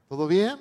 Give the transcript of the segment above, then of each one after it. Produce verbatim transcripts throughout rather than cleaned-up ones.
¿Todo bien?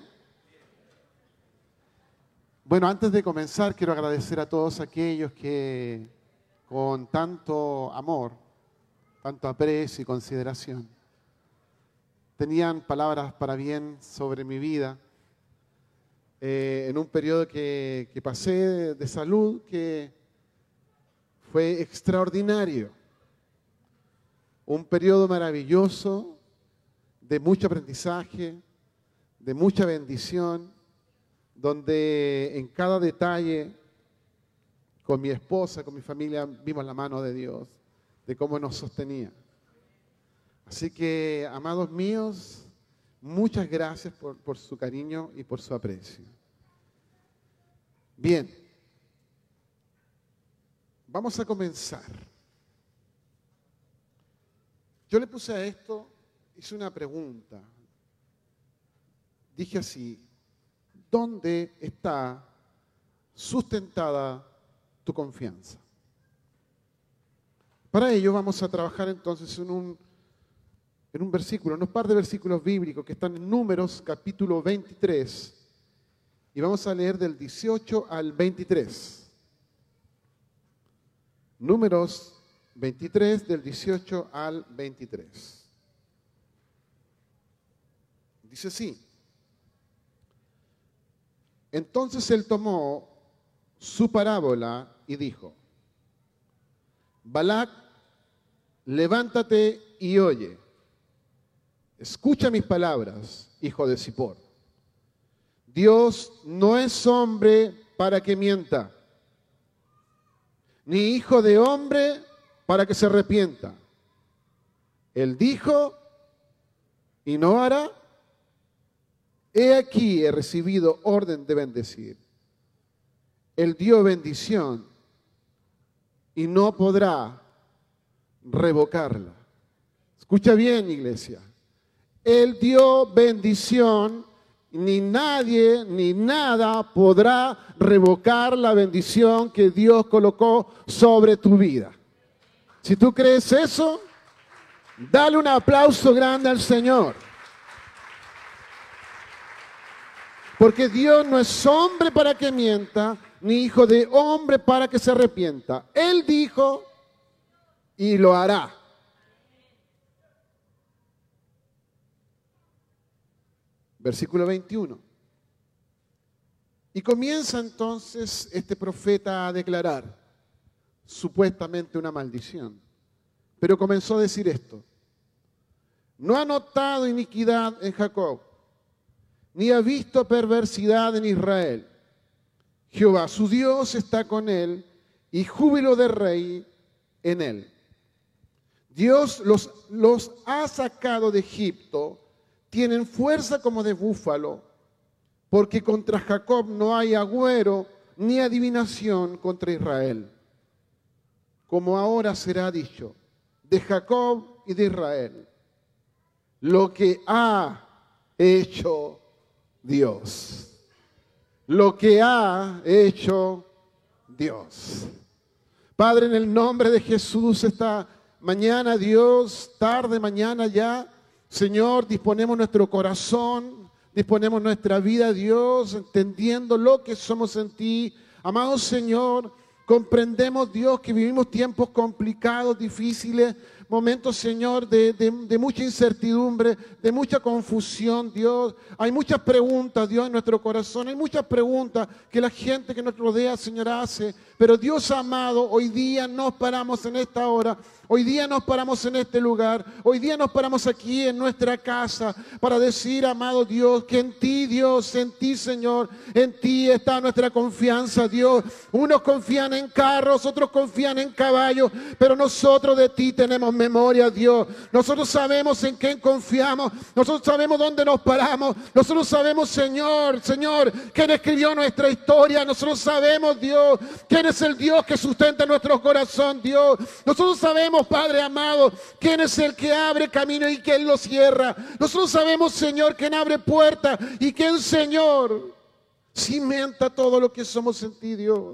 Bueno, antes de comenzar, quiero agradecer a todos aquellos que con tanto amor, tanto aprecio y consideración, tenían palabras para bien sobre mi vida eh, en un periodo que, que pasé de, de salud que fue extraordinario. Un periodo maravilloso de mucho aprendizaje, de mucha bendición, donde en cada detalle, con mi esposa, con mi familia, vimos la mano de Dios, de cómo nos sostenía. Así que, amados míos, muchas gracias por, por su cariño y por su aprecio. Bien, vamos a comenzar. Yo le puse a esto, hice una pregunta. Dije así: ¿dónde está sustentada tu confianza? Para ello vamos a trabajar entonces en un, en un versículo, en un par de versículos bíblicos que están en Números capítulo veintitrés, y vamos a leer del dieciocho al veintitrés. Números veintitrés, del dieciocho al veintitrés. Dice así: entonces él tomó su parábola y dijo: Balac, levántate y oye. Escucha mis palabras, hijo de Zippor. Dios no es hombre para que mienta, ni hijo de hombre para que se arrepienta. Él dijo y no hará. He aquí he recibido orden de bendecir. Él dio bendición y no podrá revocarla. Escucha bien, iglesia. Él dio bendición, ni nadie ni nada podrá revocar la bendición que Dios colocó sobre tu vida. Si tú crees eso, dale un aplauso grande al Señor. Porque Dios no es hombre para que mienta, ni hijo de hombre para que se arrepienta. Él dijo y lo hará. Versículo veintiuno. Y comienza entonces este profeta a declarar supuestamente una maldición. Pero comenzó a decir esto: no ha notado iniquidad en Jacob, ni ha visto perversidad en Israel. Jehová su Dios está con él, y júbilo de rey en él. Dios los, los ha sacado de Egipto, tienen fuerza como de búfalo, porque contra Jacob no hay agüero ni adivinación contra Israel. Como ahora será dicho de Jacob y de Israel, lo que ha hecho Dios. Lo que ha hecho Dios. Padre, en el nombre de Jesús, esta mañana, Dios, tarde, mañana ya, Señor, disponemos nuestro corazón, disponemos nuestra vida, Dios, entendiendo lo que somos en ti. Amado Señor, comprendemos, Dios, que vivimos tiempos complicados, difíciles, momentos, Señor, de, de, de mucha incertidumbre, de mucha confusión, Dios. Hay muchas preguntas, Dios, en nuestro corazón. Hay muchas preguntas que la gente que nos rodea, Señor, hace. Pero Dios amado, hoy día nos paramos en esta hora. Hoy día nos paramos en este lugar. Hoy día nos paramos aquí en nuestra casa para decir, amado Dios, que en ti, Dios, en ti, Señor, en ti está nuestra confianza, Dios. Unos confían en carros, otros confían en caballos, pero nosotros de ti tenemos memoria, Dios. Nosotros sabemos en quién confiamos. Nosotros sabemos dónde nos paramos. Nosotros sabemos, Señor, Señor, quién escribió nuestra historia. Nosotros sabemos, Dios, quién es el Dios que sustenta nuestro corazón, Dios. Nosotros sabemos, Padre amado, quién es el que abre camino y quién lo cierra. Nosotros sabemos, Señor, quién abre puertas y quién, Señor, cimenta todo lo que somos en ti, Dios.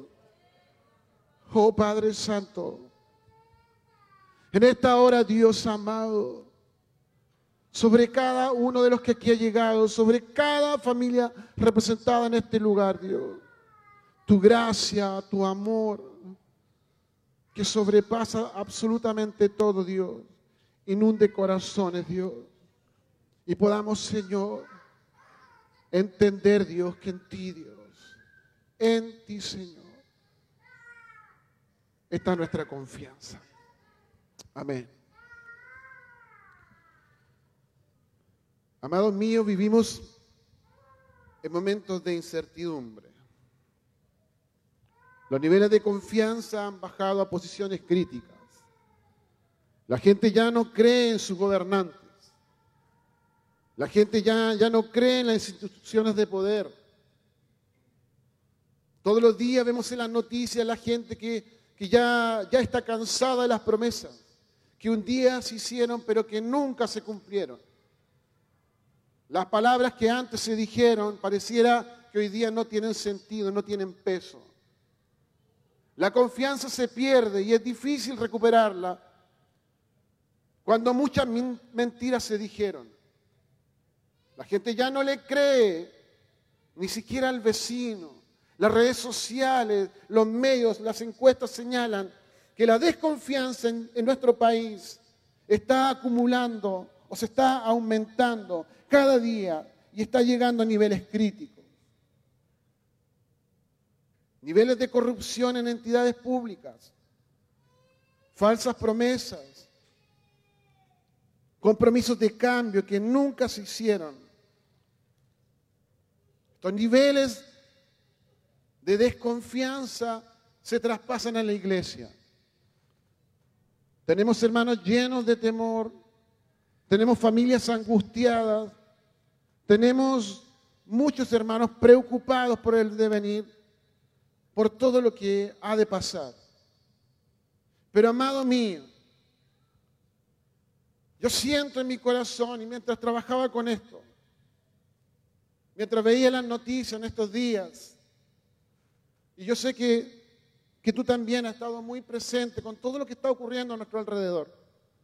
Oh Padre Santo, en esta hora, Dios amado, sobre cada uno de los que aquí ha llegado, sobre cada familia representada en este lugar, Dios. Tu gracia, tu amor, que sobrepasa absolutamente todo, Dios. Inunde corazones, Dios. Y podamos, Señor, entender, Dios, que en ti, Dios, en ti, Señor, está nuestra confianza. Amén. Amados míos, vivimos en momentos de incertidumbre. Los niveles de confianza han bajado a posiciones críticas. La gente ya no cree en sus gobernantes. La gente ya, ya no cree en las instituciones de poder. Todos los días vemos en las noticias la gente que, que ya, ya está cansada de las promesas, que un día se hicieron pero que nunca se cumplieron. Las palabras que antes se dijeron pareciera que hoy día no tienen sentido, no tienen peso. La confianza se pierde y es difícil recuperarla cuando muchas mentiras se dijeron. La gente ya no le cree ni siquiera al vecino. Las redes sociales, los medios, las encuestas señalan que la desconfianza en, en nuestro país está acumulando o se está aumentando cada día y está llegando a niveles críticos. Niveles de corrupción en entidades públicas, falsas promesas, compromisos de cambio que nunca se hicieron. Estos niveles de desconfianza se traspasan a la iglesia. Tenemos hermanos llenos de temor, tenemos familias angustiadas, tenemos muchos hermanos preocupados por el devenir, por todo lo que ha de pasar. Pero amado mío, yo siento en mi corazón, y mientras trabajaba con esto, mientras veía las noticias en estos días, y yo sé que, que tú también has estado muy presente con todo lo que está ocurriendo a nuestro alrededor.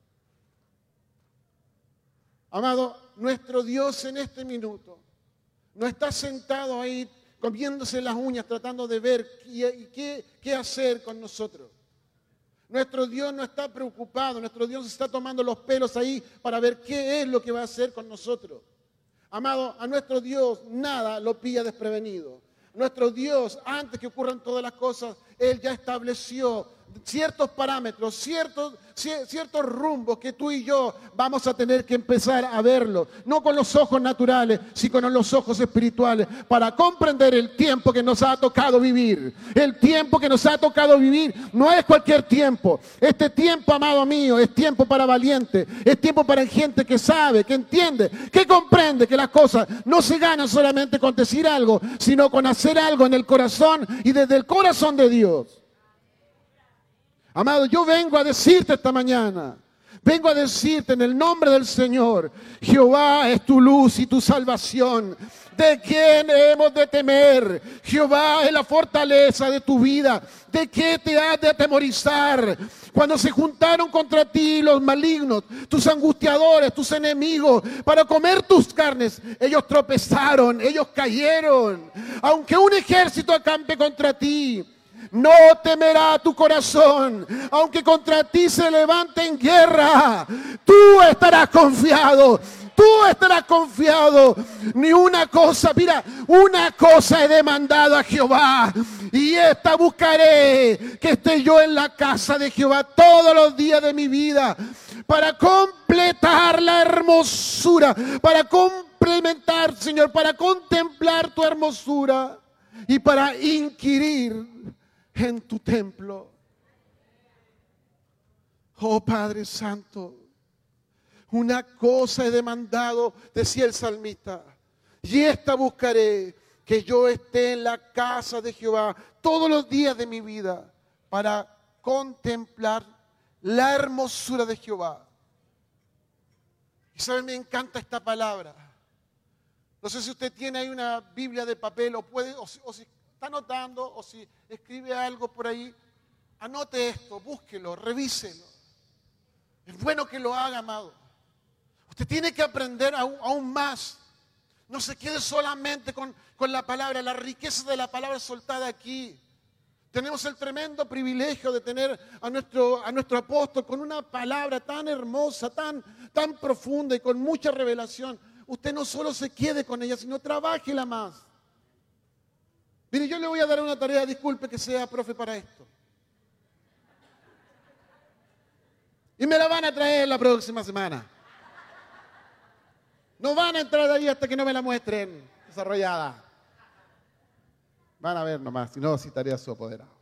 Amado, nuestro Dios en este minuto no está sentado ahí comiéndose las uñas tratando de ver qué, qué, qué hacer con nosotros. Nuestro Dios no está preocupado, nuestro Dios está tomando los pelos ahí para ver qué es lo que va a hacer con nosotros. Amado, a nuestro Dios nada lo pilla desprevenido. Nuestro Dios, antes que ocurran todas las cosas, Él ya estableció ciertos parámetros, ciertos, ciertos rumbos que tú y yo vamos a tener que empezar a verlos, no con los ojos naturales, sino con los ojos espirituales, para comprender el tiempo que nos ha tocado vivir. El tiempo que nos ha tocado vivir no es cualquier tiempo. Este tiempo, amado mío, es tiempo para valientes, es tiempo para gente que sabe, que entiende, que comprende que las cosas no se ganan solamente con decir algo, sino con hacer algo en el corazón y desde el corazón de Dios. Amado, yo vengo a decirte esta mañana, vengo a decirte en el nombre del Señor, Jehová es tu luz y tu salvación. ¿De quién hemos de temer? Jehová es la fortaleza de tu vida. ¿De qué te has de atemorizar? Cuando se juntaron contra ti los malignos, tus angustiadores, tus enemigos, para comer tus carnes, ellos tropezaron, ellos cayeron. Aunque un ejército acampe contra ti, no temerá tu corazón, aunque contra ti se levante en guerra. Tú estarás confiado, tú estarás confiado. Ni una cosa, mira, una cosa he demandado a Jehová, y esta buscaré, que esté yo en la casa de Jehová todos los días de mi vida, para completar la hermosura, para complementar, Señor, para contemplar tu hermosura y para inquirir en tu templo. Oh Padre Santo, una cosa he demandado, decía el salmista, y esta buscaré, que yo esté en la casa de Jehová todos los días de mi vida para contemplar la hermosura de Jehová. Y saben, me encanta esta palabra. No sé si usted tiene ahí una Biblia de papel o puede, o si, o si está anotando o si escribe algo por ahí, anote esto, búsquelo, revíselo. Es bueno que lo haga, amado. Usted tiene que aprender aún, aún más. No se quede solamente con, con la palabra, la riqueza de la palabra soltada aquí. Tenemos el tremendo privilegio de tener a nuestro, a nuestro apóstol con una palabra tan hermosa, tan, tan profunda y con mucha revelación. Usted no solo se quede con ella, sino trabájela más. Mire, yo le voy a dar una tarea, disculpe que sea profe para esto. Y me la van a traer la próxima semana. No van a entrar ahí hasta que no me la muestren desarrollada. Van a ver nomás, si no, sí estaría su apoderado.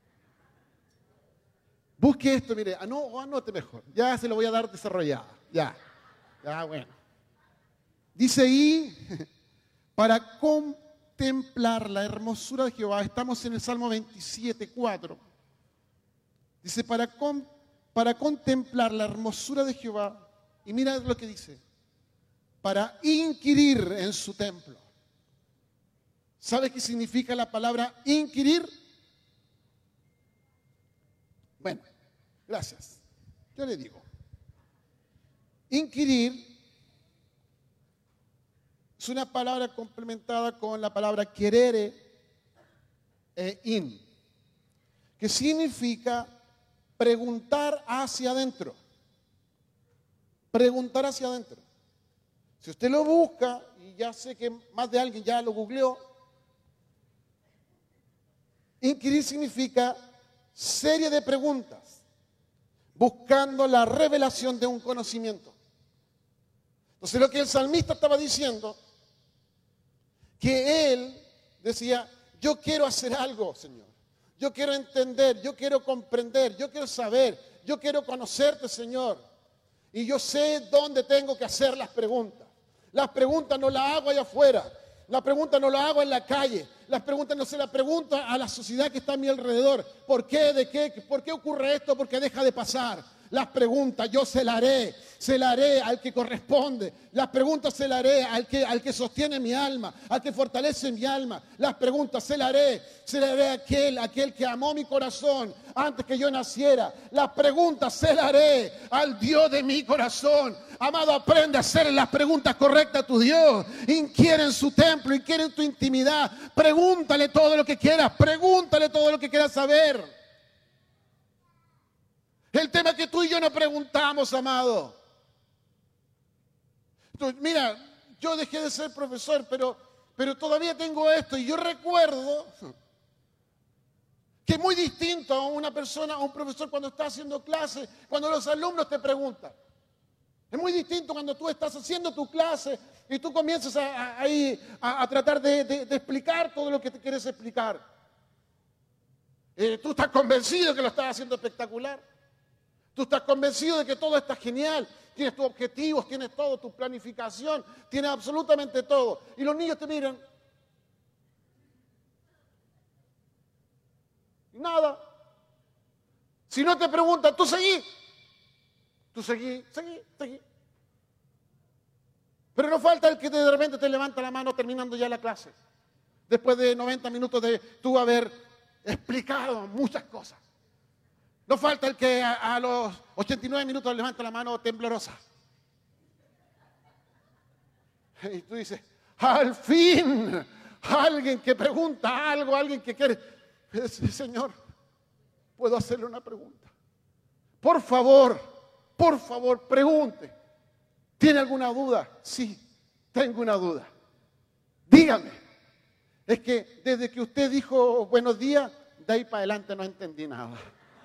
Busque esto, mire, ah, no, o anote mejor. Ya se lo voy a dar desarrollada. Ya, ya, bueno. Dice ahí, para contemplar la hermosura de Jehová, estamos en el Salmo veintisiete, cuatro. Dice, para, con, para contemplar la hermosura de Jehová, y mira lo que dice, para inquirir en su templo. ¿Sabe qué significa la palabra inquirir? Bueno, gracias. Yo le digo. Inquirir es una palabra complementada con la palabra querere e in, que significa preguntar hacia adentro. Preguntar hacia adentro. Si usted lo busca, y ya sé que más de alguien ya lo googleó, inquirir significa serie de preguntas, buscando la revelación de un conocimiento. Entonces lo que el salmista estaba diciendo, que él decía, yo quiero hacer algo, Señor. Yo quiero entender, yo quiero comprender, yo quiero saber, yo quiero conocerte, Señor. Y yo sé dónde tengo que hacer las preguntas. Las preguntas no las hago allá afuera. Las preguntas no las hago en la calle. Las preguntas no se las pregunto a la sociedad que está a mi alrededor. ¿Por qué? ¿De qué? ¿Por qué ocurre esto? ¿Por qué deja de pasar? Las preguntas yo se las haré, se las haré al que corresponde. Las preguntas se las haré al que, al que sostiene mi alma, al que fortalece mi alma. Las preguntas se las haré, se las haré a aquel, a aquel que amó mi corazón antes que yo naciera. Las preguntas se las haré al Dios de mi corazón. Amado, aprende a hacer las preguntas correctas a tu Dios. Inquiere en su templo, inquiere en tu intimidad. Pregúntale todo lo que quieras, pregúntale todo lo que quieras saber. El tema que tú y yo nos preguntamos, amado. Entonces, mira, yo dejé de ser profesor, pero, pero todavía tengo esto. Y yo recuerdo que es muy distinto a una persona, a un profesor cuando está haciendo clase, cuando los alumnos te preguntan. Es muy distinto cuando tú estás haciendo tu clase y tú comienzas a, a, a, a tratar de, de, de explicar todo lo que te quieres explicar. Eh, tú estás convencido que lo estás haciendo espectacular. Tú estás convencido de que todo está genial, tienes tus objetivos, tienes todo, tu planificación, tienes absolutamente todo. Y los niños te miran. Y nada. Si no te preguntan, tú seguí. Tú seguí, seguí, seguí. Pero no falta el que de repente te levanta la mano terminando ya la clase. Después de noventa minutos de tú haber explicado muchas cosas. No falta el que a, a los ochenta y nueve minutos levanta la mano temblorosa. Y tú dices, al fin, alguien que pregunta algo, alguien que quiere. Señor, ¿puedo hacerle una pregunta? Por favor, por favor, pregunte. ¿Tiene alguna duda? Sí, tengo una duda. Dígame. Es que desde que usted dijo buenos días, de ahí para adelante no entendí nada.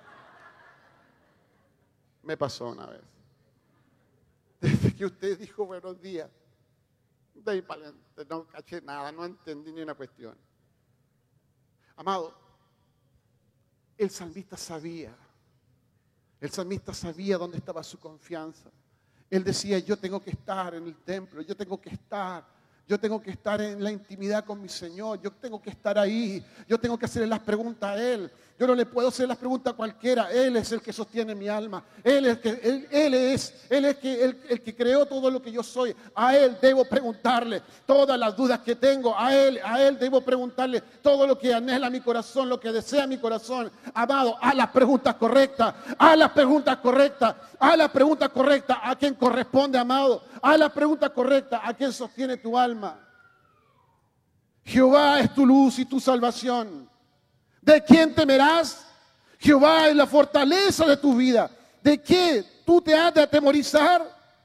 Me pasó una vez. Desde que usted dijo buenos días, de ahí para adelante no caché nada, no entendí ni una cuestión. Amado, el salmista sabía, el salmista sabía dónde estaba su confianza. Él decía, yo tengo que estar en el templo, yo tengo que estar, yo tengo que estar en la intimidad con mi Señor, yo tengo que estar ahí, yo tengo que hacerle las preguntas a Él. Yo no le puedo hacer las preguntas a cualquiera. Él es el que sostiene mi alma. Él es, que, él, él es, él es que, el, el que creó todo lo que yo soy. A Él debo preguntarle todas las dudas que tengo. A Él, a Él debo preguntarle todo lo que anhela mi corazón, lo que desea mi corazón. Amado, haz las preguntas correctas. Haz las preguntas correctas. Haz las preguntas correctas a quien corresponde, amado. Haz las preguntas correctas a quien sostiene tu alma. Jehová es tu luz y tu salvación. ¿De quién temerás? Jehová es la fortaleza de tu vida. ¿De qué tú te has de atemorizar?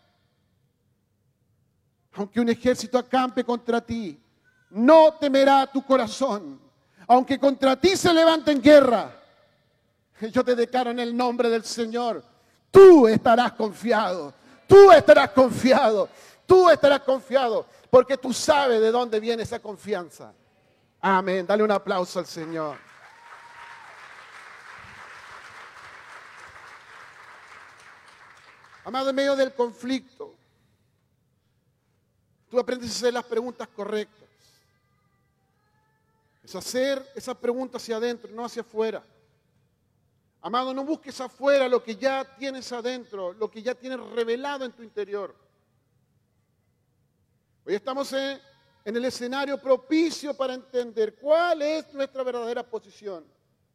Aunque un ejército acampe contra ti, no temerá tu corazón. Aunque contra ti se levante en guerra, yo te declaro en el nombre del Señor, tú estarás confiado, tú estarás confiado, tú estarás confiado, porque tú sabes de dónde viene esa confianza. Amén. Dale un aplauso al Señor. Amado, en medio del conflicto, tú aprendes a hacer las preguntas correctas. Es hacer esas preguntas hacia adentro, no hacia afuera. Amado, no busques afuera lo que ya tienes adentro, lo que ya tienes revelado en tu interior. Hoy estamos en, en el escenario propicio para entender cuál es nuestra verdadera posición.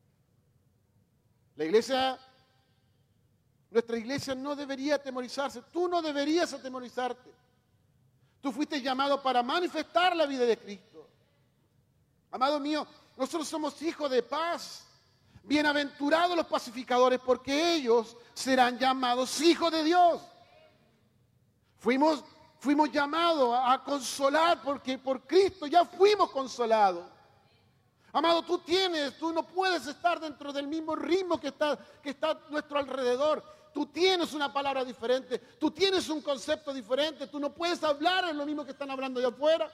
La iglesia, nuestra iglesia no debería atemorizarse. Tú no deberías atemorizarte. Tú fuiste llamado para manifestar la vida de Cristo. Amado mío, nosotros somos hijos de paz. Bienaventurados los pacificadores, porque ellos serán llamados hijos de Dios. Fuimos, fuimos llamados a, a consolar, porque por Cristo ya fuimos consolados. Amado, tú tienes, tú no puedes estar dentro del mismo ritmo que está, que está a nuestro alrededor. Tú tienes una palabra diferente, tú tienes un concepto diferente, tú no puedes hablar en lo mismo que están hablando de afuera.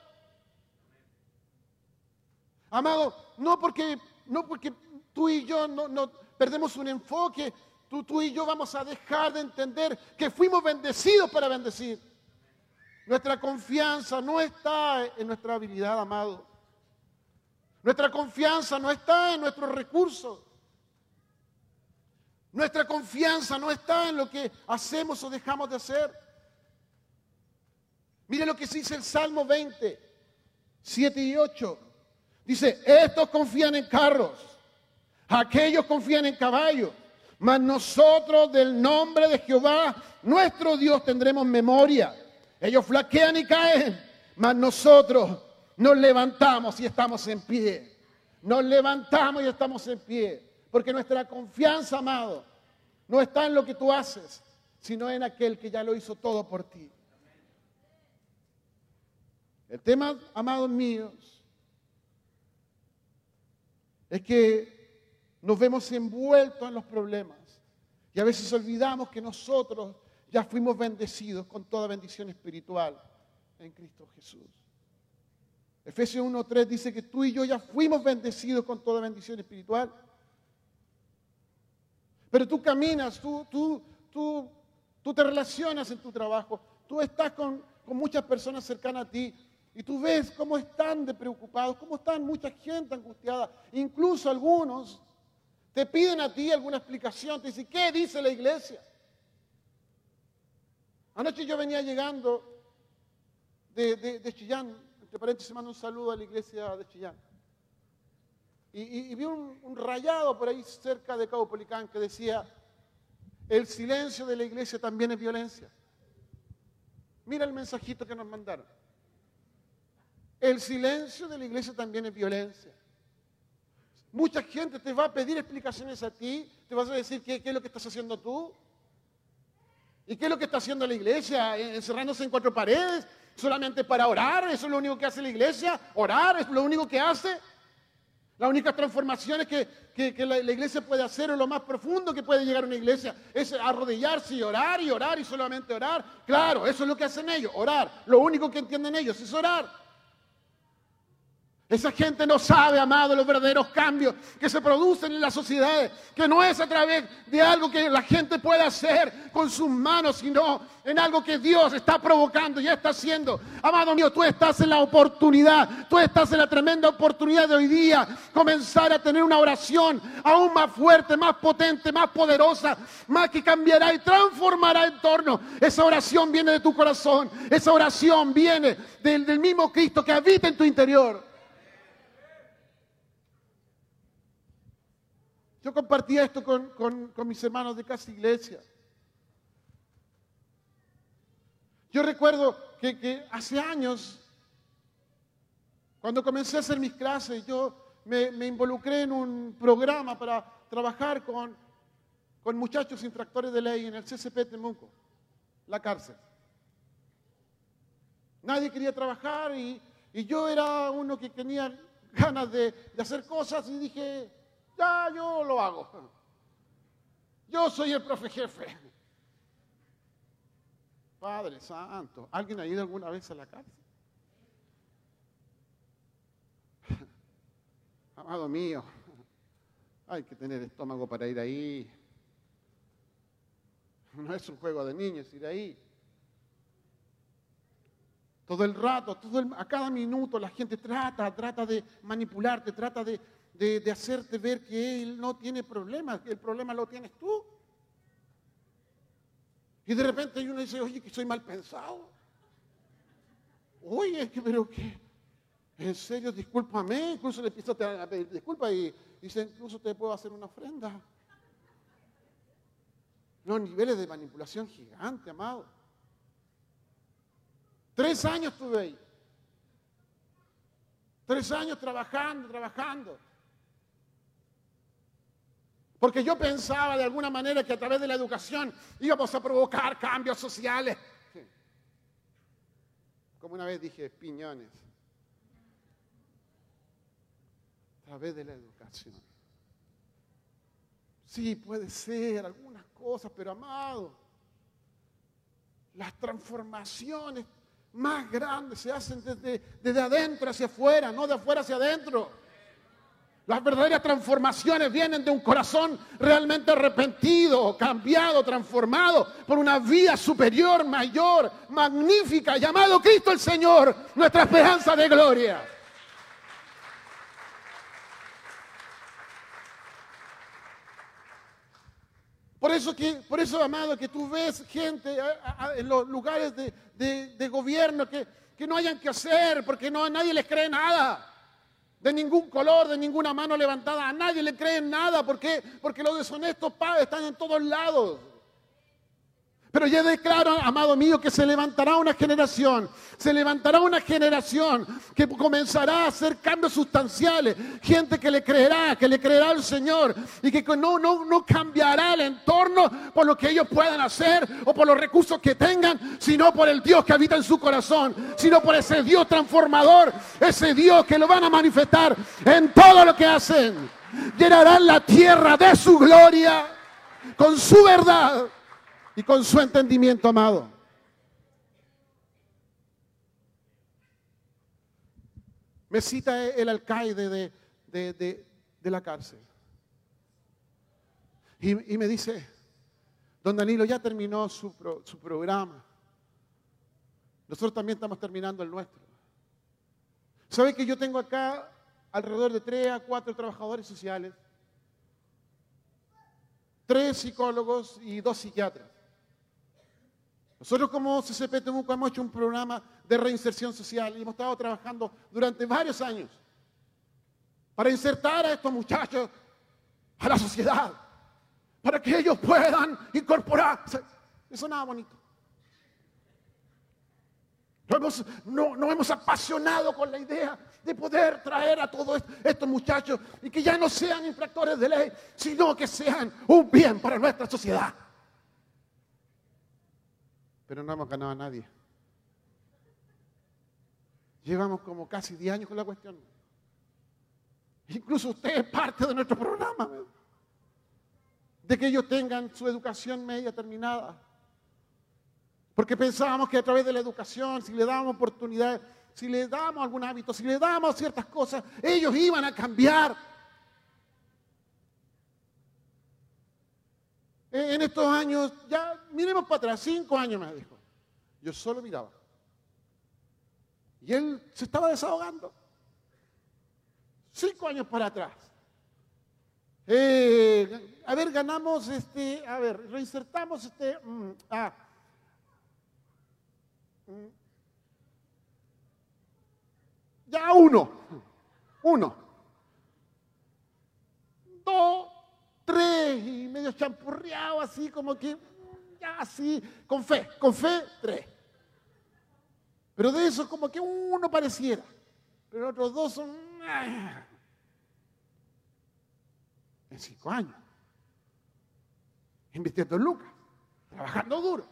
Amado, no porque, no porque tú y yo no, no perdemos un enfoque, tú, tú y yo vamos a dejar de entender que fuimos bendecidos para bendecir. Nuestra confianza no está en nuestra habilidad, amado. Nuestra confianza no está en nuestros recursos. Nuestra confianza no está en lo que hacemos o dejamos de hacer. Mire lo que dice el Salmo veinte, siete y ocho. Dice, estos confían en carros, aquellos confían en caballos, mas nosotros del nombre de Jehová, nuestro Dios, tendremos memoria. Ellos flaquean y caen, mas nosotros nos levantamos y estamos en pie. Nos levantamos y estamos en pie. Porque nuestra confianza, amado, no está en lo que tú haces, sino en aquel que ya lo hizo todo por ti. El tema, amados míos, es que nos vemos envueltos en los problemas y a veces olvidamos que nosotros ya fuimos bendecidos con toda bendición espiritual en Cristo Jesús. Efesios uno tres dice que tú y yo ya fuimos bendecidos con toda bendición espiritual. Pero tú caminas, tú, tú, tú, tú te relacionas en tu trabajo, tú estás con, con muchas personas cercanas a ti y tú ves cómo están de preocupados, cómo están mucha gente angustiada. Incluso algunos te piden a ti alguna explicación, te dicen, ¿qué dice la iglesia? Anoche yo venía llegando de, de, de Chillán, entre paréntesis mando un saludo a la iglesia de Chillán. Y, y, y vi un, un rayado por ahí cerca de Caupolicán que decía, el silencio de la iglesia también es violencia. Mira el mensajito que nos mandaron. El silencio de la iglesia también es violencia. Mucha gente te va a pedir explicaciones a ti, te vas a decir qué, qué es lo que estás haciendo tú. ¿Y qué es lo que está haciendo la iglesia? ¿Encerrándose en cuatro paredes? ¿Solamente para orar? ¿Eso es lo único que hace la iglesia? ¿Orar es lo único que hace? Las únicas transformaciones que, que, que la, la iglesia puede hacer, o lo más profundo que puede llegar a una iglesia, es arrodillarse y orar y orar y solamente orar. Claro, eso es lo que hacen ellos, orar. Lo único que entienden ellos es orar. Esa gente no sabe, amado, los verdaderos cambios que se producen en las sociedades, que no es a través de algo que la gente puede hacer con sus manos, sino en algo que Dios está provocando y está haciendo. Amado mío, tú estás en la oportunidad, tú estás en la tremenda oportunidad de hoy día comenzar a tener una oración aún más fuerte, más potente, más poderosa, más que cambiará y transformará el entorno. Esa oración viene de tu corazón, esa oración viene del, del mismo Cristo que habita en tu interior. Yo compartía esto con, con, con mis hermanos de Casa Iglesia. Yo recuerdo que, que hace años, cuando comencé a hacer mis clases, yo me, me involucré en un programa para trabajar con, con muchachos infractores de ley en el C C P Temuco, la cárcel. Nadie quería trabajar y, y yo era uno que tenía ganas de, de hacer cosas y dije, ya, yo lo hago. Yo soy el profe jefe. Padre Santo, ¿alguien ha ido alguna vez a la cárcel? Amado mío, hay que tener estómago para ir ahí. No es un juego de niños ir ahí. Todo el rato, todo el, a cada minuto la gente trata, trata de manipularte, trata de... De, de hacerte ver que él no tiene problemas, que el problema lo tienes tú. Y de repente uno dice, oye, que soy mal pensado. Oye, que, pero que, en serio, discúlpame. Incluso le empieza a pedir disculpas y dice, incluso te puedo hacer una ofrenda. Los niveles de manipulación gigante, amado. Tres años estuve ahí. Tres años trabajando, trabajando. Porque yo pensaba de alguna manera que a través de la educación íbamos a provocar cambios sociales. Sí. Como una vez dije, piñones. A través de la educación. Sí, puede ser algunas cosas, pero amado, las transformaciones más grandes se hacen desde, desde adentro hacia afuera, no de afuera hacia adentro. Las verdaderas transformaciones vienen de un corazón realmente arrepentido, cambiado, transformado por una vida superior, mayor, magnífica, llamado Cristo el Señor, nuestra esperanza de gloria. Por eso, que, por eso, amado, que tú ves gente a, a, en los lugares de, de, de gobierno que, que no hayan que hacer porque no, a nadie les cree nada. De ningún color, de ninguna mano levantada. A nadie le creen nada. ¿Por qué? Porque los deshonestos padres están en todos lados. Pero ya declaro, amado mío, que se levantará una generación, se levantará una generación que comenzará a hacer cambios sustanciales, gente que le creerá, que le creerá al Señor y que no, no, no cambiará el entorno por lo que ellos puedan hacer o por los recursos que tengan, sino por el Dios que habita en su corazón, sino por ese Dios transformador, ese Dios que lo van a manifestar en todo lo que hacen. Llenarán la tierra de su gloria con su verdad y con su entendimiento, amado. Me cita el alcaide de, de, de, de la cárcel. Y, y me dice, don Danilo, ya terminó su, pro, su programa. Nosotros también estamos terminando el nuestro. ¿Sabe que yo tengo acá alrededor de tres a cuatro trabajadores sociales? Tres psicólogos y dos psiquiatras. Nosotros como C C P Temuco hemos hecho un programa de reinserción social y hemos estado trabajando durante varios años para insertar a estos muchachos a la sociedad, para que ellos puedan incorporarse. Eso nada bonito. Nos hemos, no, nos hemos apasionado con la idea de poder traer a todos estos muchachos y que ya no sean infractores de ley, sino que sean un bien para nuestra sociedad. Pero no hemos ganado a nadie. Llevamos como casi diez años con la cuestión. Incluso usted es parte de nuestro programa, ¿verdad? De que ellos tengan su educación media terminada. Porque pensábamos que a través de la educación, si le dábamos oportunidades, si les dábamos algún hábito, si les dábamos ciertas cosas, ellos iban a cambiar. En estos años, ya miremos para atrás, cinco años me dijo. Yo solo miraba. Y él se estaba desahogando. Cinco años para atrás. Eh, a ver, ganamos este, a ver, reinsertamos este, mm, ah, mm, ya uno, uno, dos, tres, y medio champurreado, así como que, ya así, con fe, con fe, tres. Pero de eso como que uno pareciera, pero los otros dos son... ah, en cinco años, invirtiendo en lucas, trabajando duro.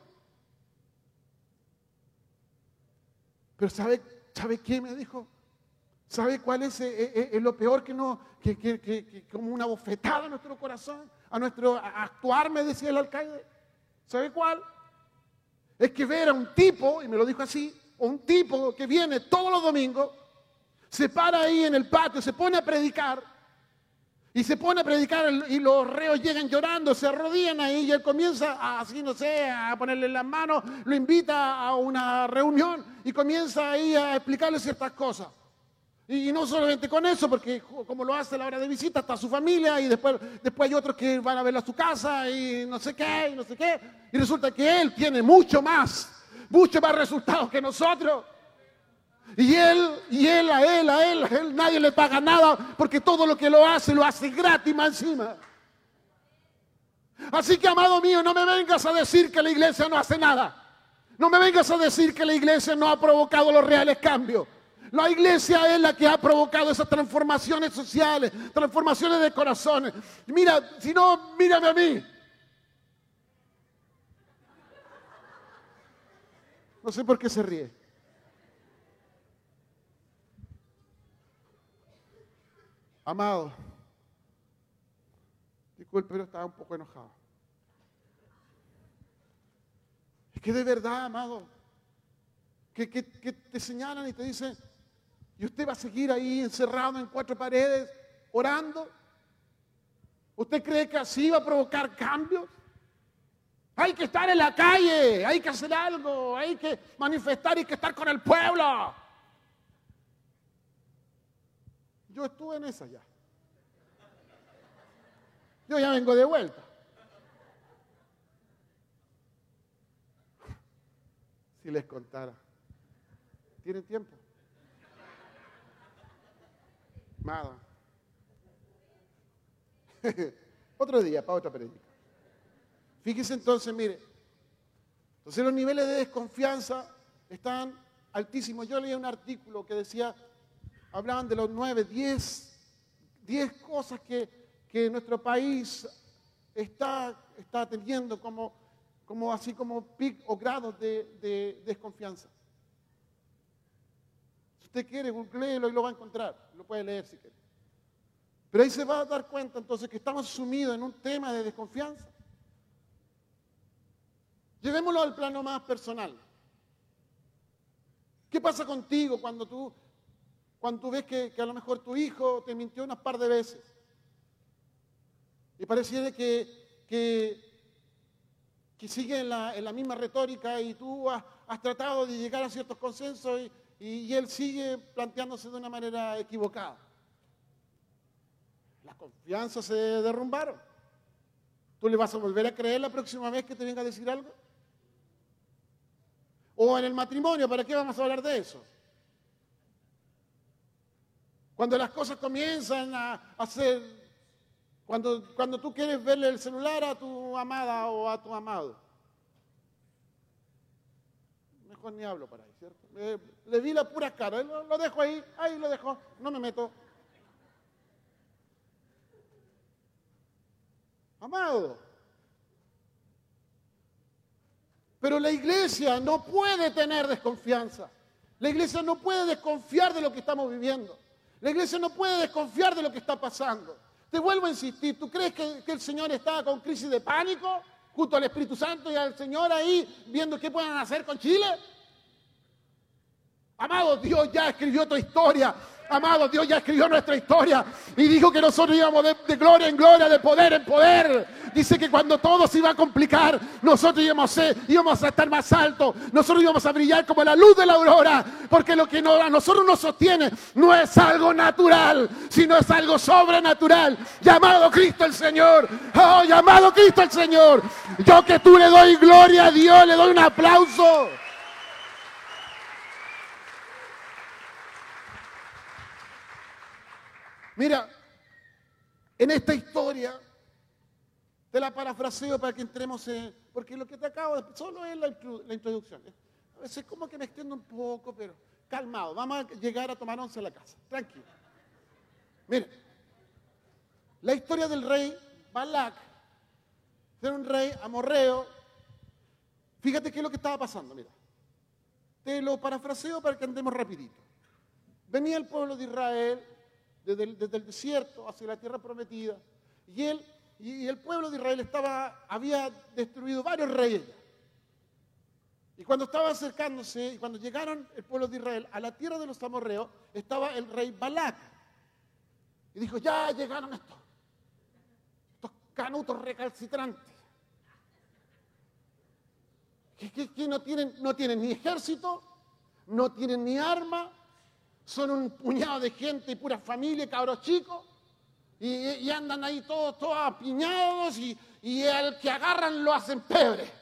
Pero ¿sabe, sabe qué me dijo? ¿Sabe cuál es, eh, eh, eh, lo peor que no, que, que, que, que como una bofetada a nuestro corazón, a nuestro a actuar, me decía el alcaide? ¿Sabe cuál? Es que ver a un tipo, y me lo dijo así, un tipo que viene todos los domingos, se para ahí en el patio, se pone a predicar, y se pone a predicar y los reos llegan llorando, se arrodillan ahí y él comienza a, así, no sé, a ponerle las manos, lo invita a una reunión y comienza ahí a explicarle ciertas cosas. Y, y no solamente con eso, porque como lo hace a la hora de visita, está su familia y después, después hay otros que van a verlo a su casa y no sé qué, y no sé qué. Y resulta que él tiene mucho más, mucho más resultados que nosotros. Y él, y él, a él, a él, a él, nadie le paga nada porque todo lo que lo hace, lo hace gratis más encima. Así que, amado mío, no me vengas a decir que la iglesia no hace nada. No me vengas a decir que la iglesia no ha provocado los reales cambios. La iglesia es la que ha provocado esas transformaciones sociales, transformaciones de corazones. Mira, si no, mírame a mí. No sé por qué se ríe. Amado, disculpe, pero estaba un poco enojado. Es que de verdad, amado, que, que, que te señalan y te dicen, ¿y usted va a seguir ahí encerrado en cuatro paredes, orando? ¿Usted cree que así va a provocar cambios? Hay que estar en la calle, hay que hacer algo, hay que manifestar, hay que estar con el pueblo. Yo estuve en esa ya. Yo ya vengo de vuelta. Si les contara. ¿Tienen tiempo? Nada. Otro día, para otra prédica. Fíjese entonces, mire. Entonces los niveles de desconfianza están altísimos. Yo leí un artículo que decía... Hablaban de los nueve, diez, diez cosas que, que nuestro país está, está teniendo como, como así como pic o grados de, de desconfianza. Si usted quiere, googleelo y lo va a encontrar. Lo puede leer si quiere. Pero ahí se va a dar cuenta entonces que estamos sumidos en un tema de desconfianza. Llevémoslo al plano más personal. ¿Qué pasa contigo cuando tú... Cuando tú ves que, que a lo mejor tu hijo te mintió unas par de veces y pareciera que, que, que sigue en la, en la misma retórica y tú has, has tratado de llegar a ciertos consensos y, y él sigue planteándose de una manera equivocada? Las confianzas se derrumbaron. ¿Tú le vas a volver a creer la próxima vez que te venga a decir algo? O en el matrimonio, ¿para qué vamos a hablar de eso? Cuando las cosas comienzan a hacer, cuando, cuando tú quieres verle el celular a tu amada o a tu amado. Mejor ni hablo para ahí, ¿cierto? Le, le vi la pura cara, lo, lo dejo ahí, ahí lo dejo, no me meto. Amado. Pero la iglesia no puede tener desconfianza. La iglesia no puede desconfiar de lo que estamos viviendo. La iglesia no puede desconfiar de lo que está pasando. Te vuelvo a insistir, ¿tú crees que, que el Señor está con crisis de pánico junto al Espíritu Santo y al Señor ahí viendo qué pueden hacer con Chile? Amado, Dios ya escribió tu historia. Amado, Dios ya escribió nuestra historia y dijo que nosotros íbamos de, de gloria en gloria, de poder en poder. Dice que cuando todo se iba a complicar, nosotros íbamos a, íbamos a estar más altos, nosotros íbamos a brillar como la luz de la aurora, porque lo que no, a nosotros nos sostiene no es algo natural, sino es algo sobrenatural. Llamado Cristo el Señor, oh, llamado Cristo el Señor. Yo que tú le doy gloria a Dios, le doy un aplauso. Mira, en esta historia, te la parafraseo para que entremos en... Porque lo que te acabo de... Solo es la, la introducción. A veces como que me extiendo un poco, pero calmado. Vamos a llegar a tomar once en la casa. Tranquilo. Mira, la historia del rey Balac, era un rey amorreo. Fíjate qué es lo que estaba pasando, mira. Te lo parafraseo para que andemos rapidito. Venía el pueblo de Israel... Desde el, desde el desierto hacia la tierra prometida. Y, él, y el pueblo de Israel estaba, había destruido varios reyes. Y cuando estaba acercándose, y cuando llegaron el pueblo de Israel a la tierra de los amorreos, estaba el rey Balac. Y dijo, ya llegaron estos, estos canutos recalcitrantes. Que, que, que no, tienen, no tienen ni ejército, no tienen ni arma. Son un puñado de gente y pura familia, cabros chicos, y, y andan ahí todos, todos apiñados, y, y al que agarran lo hacen pebre.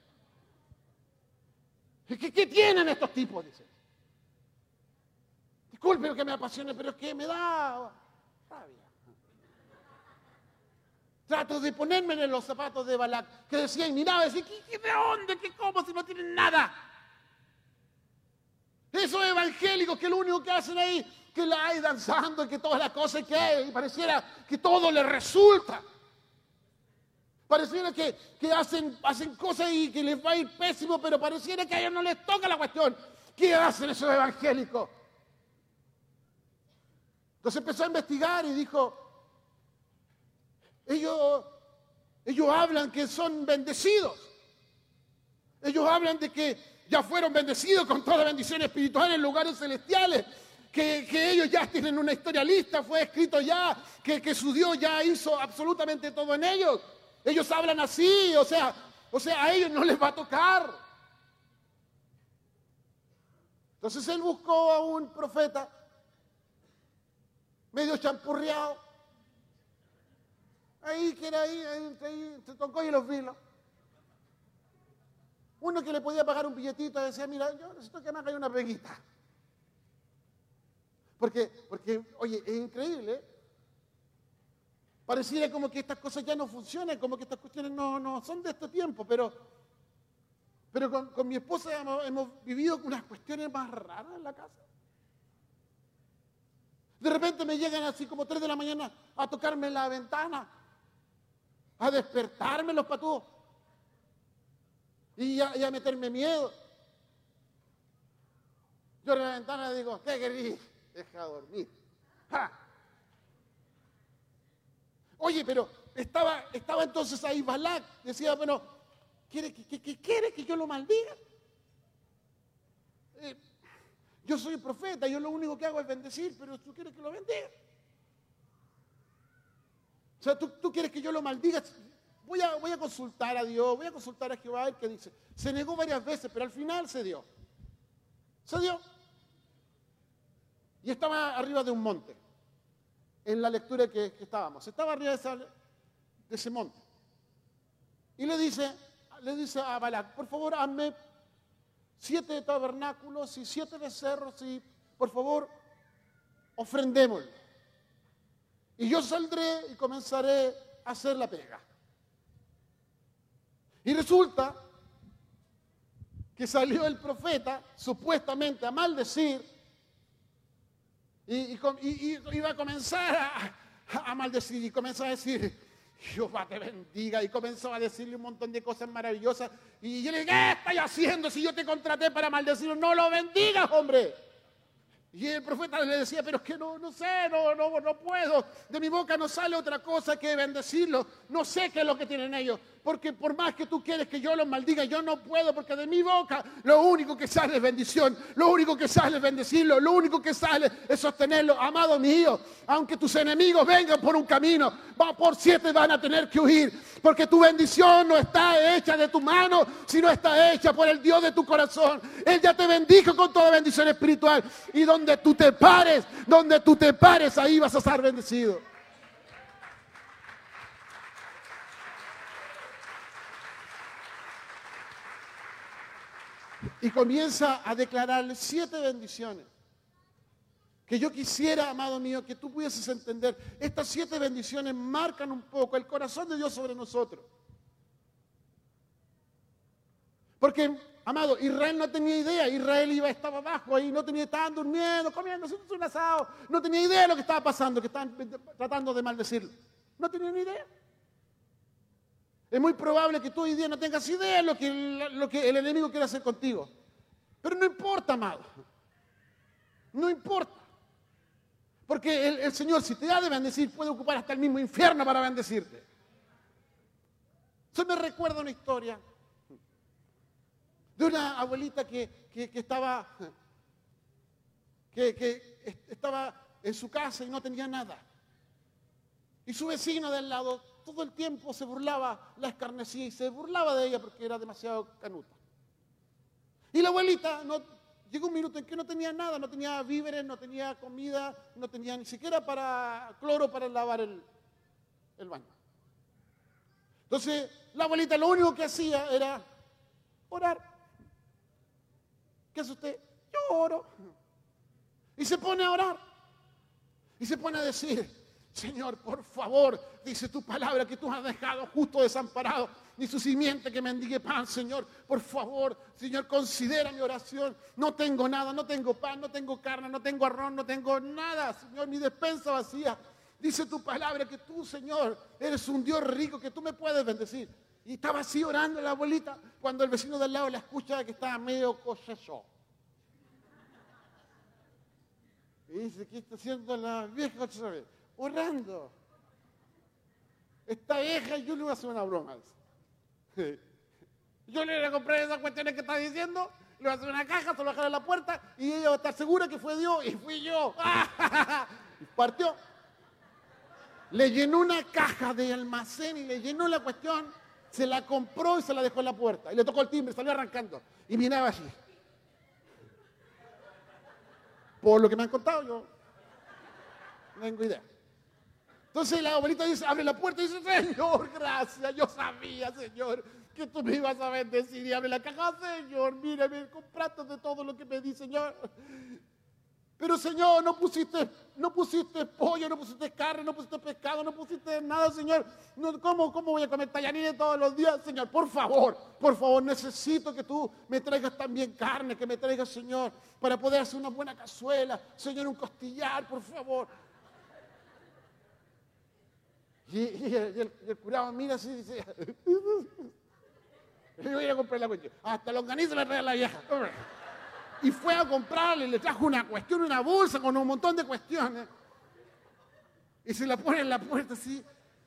¿Qué, qué tienen estos tipos? Dice. Disculpe que me apasione, pero es que me da rabia. Trato de ponerme en los zapatos de Balac, que decía y miraba, decía, ¿qué, ¿de dónde? ¿Qué cómo? Si no tienen nada. Esos evangélicos que lo único que hacen ahí, que la hay danzando y que todas las cosas que hay, y pareciera que todo les resulta. Pareciera que, que hacen, hacen cosas y que les va a ir pésimo, pero pareciera que a ellos no les toca la cuestión. ¿Qué hacen esos evangélicos? Entonces empezó a investigar y dijo, ellos, ellos hablan que son bendecidos. Ellos hablan de que ya fueron bendecidos con toda bendición espiritual en lugares celestiales, que, que ellos ya tienen una historia lista, fue escrito ya, que, que su Dios ya hizo absolutamente todo en ellos. Ellos hablan así, o sea, o sea, a ellos no les va a tocar. Entonces él buscó a un profeta, medio champurreado, ahí que era ahí, ahí, ahí se tocó y los vilos. Uno que le podía pagar un billetito y decía, mira, yo necesito que me haga una peguita. Porque, porque, oye, es increíble, ¿eh? Pareciera como que estas cosas ya no funcionan, como que estas cuestiones no, no son de este tiempo, pero, pero con, con mi esposa hemos, hemos vivido unas cuestiones más raras en la casa. De repente me llegan así como tres de la mañana a tocarme en la ventana, a despertarme los patudos. Y ya, ya meterme miedo. Yo en la ventana digo, ¿qué querís? Deja dormir. ¡Ja! Oye, pero estaba, estaba entonces ahí Balac. Decía, bueno, ¿quiere que, que, que, ¿quiere que yo lo maldiga? Eh, yo soy profeta, yo lo único que hago es bendecir, pero tú quieres que lo bendiga. O sea, tú, tú quieres que yo lo maldiga. Voy a, voy a consultar a Dios, voy a consultar a Jehová, a ver qué dice. Se negó varias veces, pero al final se dio. Se dio. Y estaba arriba de un monte, en la lectura que, que estábamos. Estaba arriba de, esa, de ese monte. Y le dice, le dice a Balac, por favor, hazme siete tabernáculos y siete becerros y, por favor, ofrendémosle. Y yo saldré y comenzaré a hacer la pega. Y resulta que salió el profeta supuestamente a maldecir y, y, y, y iba a comenzar a, a maldecir y comenzó a decir, Jehová te bendiga, y comenzó a decirle un montón de cosas maravillosas y yo le dije, ¿qué estás haciendo si yo te contraté para maldecirlo? No lo bendigas, hombre. Y el profeta le decía, pero es que no, no sé, no, no, no puedo. De mi boca no sale otra cosa que bendecirlos. No sé qué es lo que tienen ellos. Porque por más que tú quieres que yo los maldiga, yo no puedo. Porque de mi boca lo único que sale es bendición. Lo único que sale es bendecirlos. Lo único que sale es sostenerlos. Amado mío, aunque tus enemigos vengan por un camino, va por siete van a tener que huir. Porque tu bendición no está hecha de tu mano, sino está hecha por el Dios de tu corazón. Él ya te bendijo con toda bendición espiritual. Y donde tú te pares, donde tú te pares, ahí vas a ser bendecido. Y comienza a declararle siete bendiciones. Que yo quisiera, amado mío, que tú pudieses entender. Estas siete bendiciones marcan un poco el corazón de Dios sobre nosotros. Porque, amado, Israel no tenía idea. Israel iba, estaba abajo ahí, no tenía, estaban durmiendo, comiendo un asado. No tenía idea de lo que estaba pasando, que estaban tratando de maldecirlo. No tenía ni idea. Es muy probable que tú hoy día no tengas idea de lo que, lo que el enemigo quiere hacer contigo. Pero no importa, amado. No importa. Porque el, el Señor, si te ha de bendecir, puede ocupar hasta el mismo infierno para bendecirte. Eso me recuerda una historia de una abuelita que, que, que estaba, que, que estaba en su casa y no tenía nada. Y su vecino del lado todo el tiempo se burlaba, la escarnecía y se burlaba de ella porque era demasiado canuta. Y la abuelita, no, llegó un minuto en que no tenía nada, no tenía víveres, no tenía comida, no tenía ni siquiera para cloro para lavar el, el baño. Entonces, la abuelita lo único que hacía era orar. ¿Qué hace usted? Yo oro. Y se pone a orar. Y se pone a decir, Señor, por favor, dice tu palabra que tú has dejado justo desamparado, ni su simiente que mendigue pan, Señor. Por favor, Señor, considera mi oración. No tengo nada, no tengo pan, no tengo carne, no tengo arroz, no tengo nada, Señor, mi despensa vacía. Dice tu palabra que tú, Señor, eres un Dios rico, que tú me puedes bendecir. Y estaba así orando la abuelita cuando el vecino del lado la escucha que estaba medio cochecho. Y dice, ¿qué está haciendo la vieja otra vez? Orando. Esta vieja, yo le voy a hacer una broma. Yo le voy a comprar esas cuestiones que está diciendo, le voy a hacer una caja, se lo voy a dejar en la puerta y ella va a estar segura que fue Dios y fui yo. Y partió. Le llenó una caja de almacén y le llenó la cuestión, se la compró y se la dejó en la puerta. Y le tocó el timbre, salió arrancando. Y miraba así. Por lo que me han contado, yo no tengo idea. Entonces la abuelita dice, abre la puerta y dice, Señor, gracias, yo sabía, Señor, que tú me ibas a bendecir. Y abre la caja, Señor, mírame, compraste de todo lo que me di, Señor. Pero, Señor, no pusiste, no pusiste pollo, no pusiste carne, no pusiste pescado, no pusiste nada, Señor. No, ¿cómo, ¿Cómo voy a comer tallarines todos los días, Señor? Por favor, por favor, necesito que tú me traigas también carne, que me traigas, Señor, para poder hacer una buena cazuela, Señor, un costillar, por favor. Y, y, el, y, el, y el curado mira así y dice, yo voy a comprar la cuestión. Hasta los organizo le trae a la vieja. Y fue a comprarle, le trajo una cuestión, una bolsa con un montón de cuestiones. Y se la pone en la puerta así,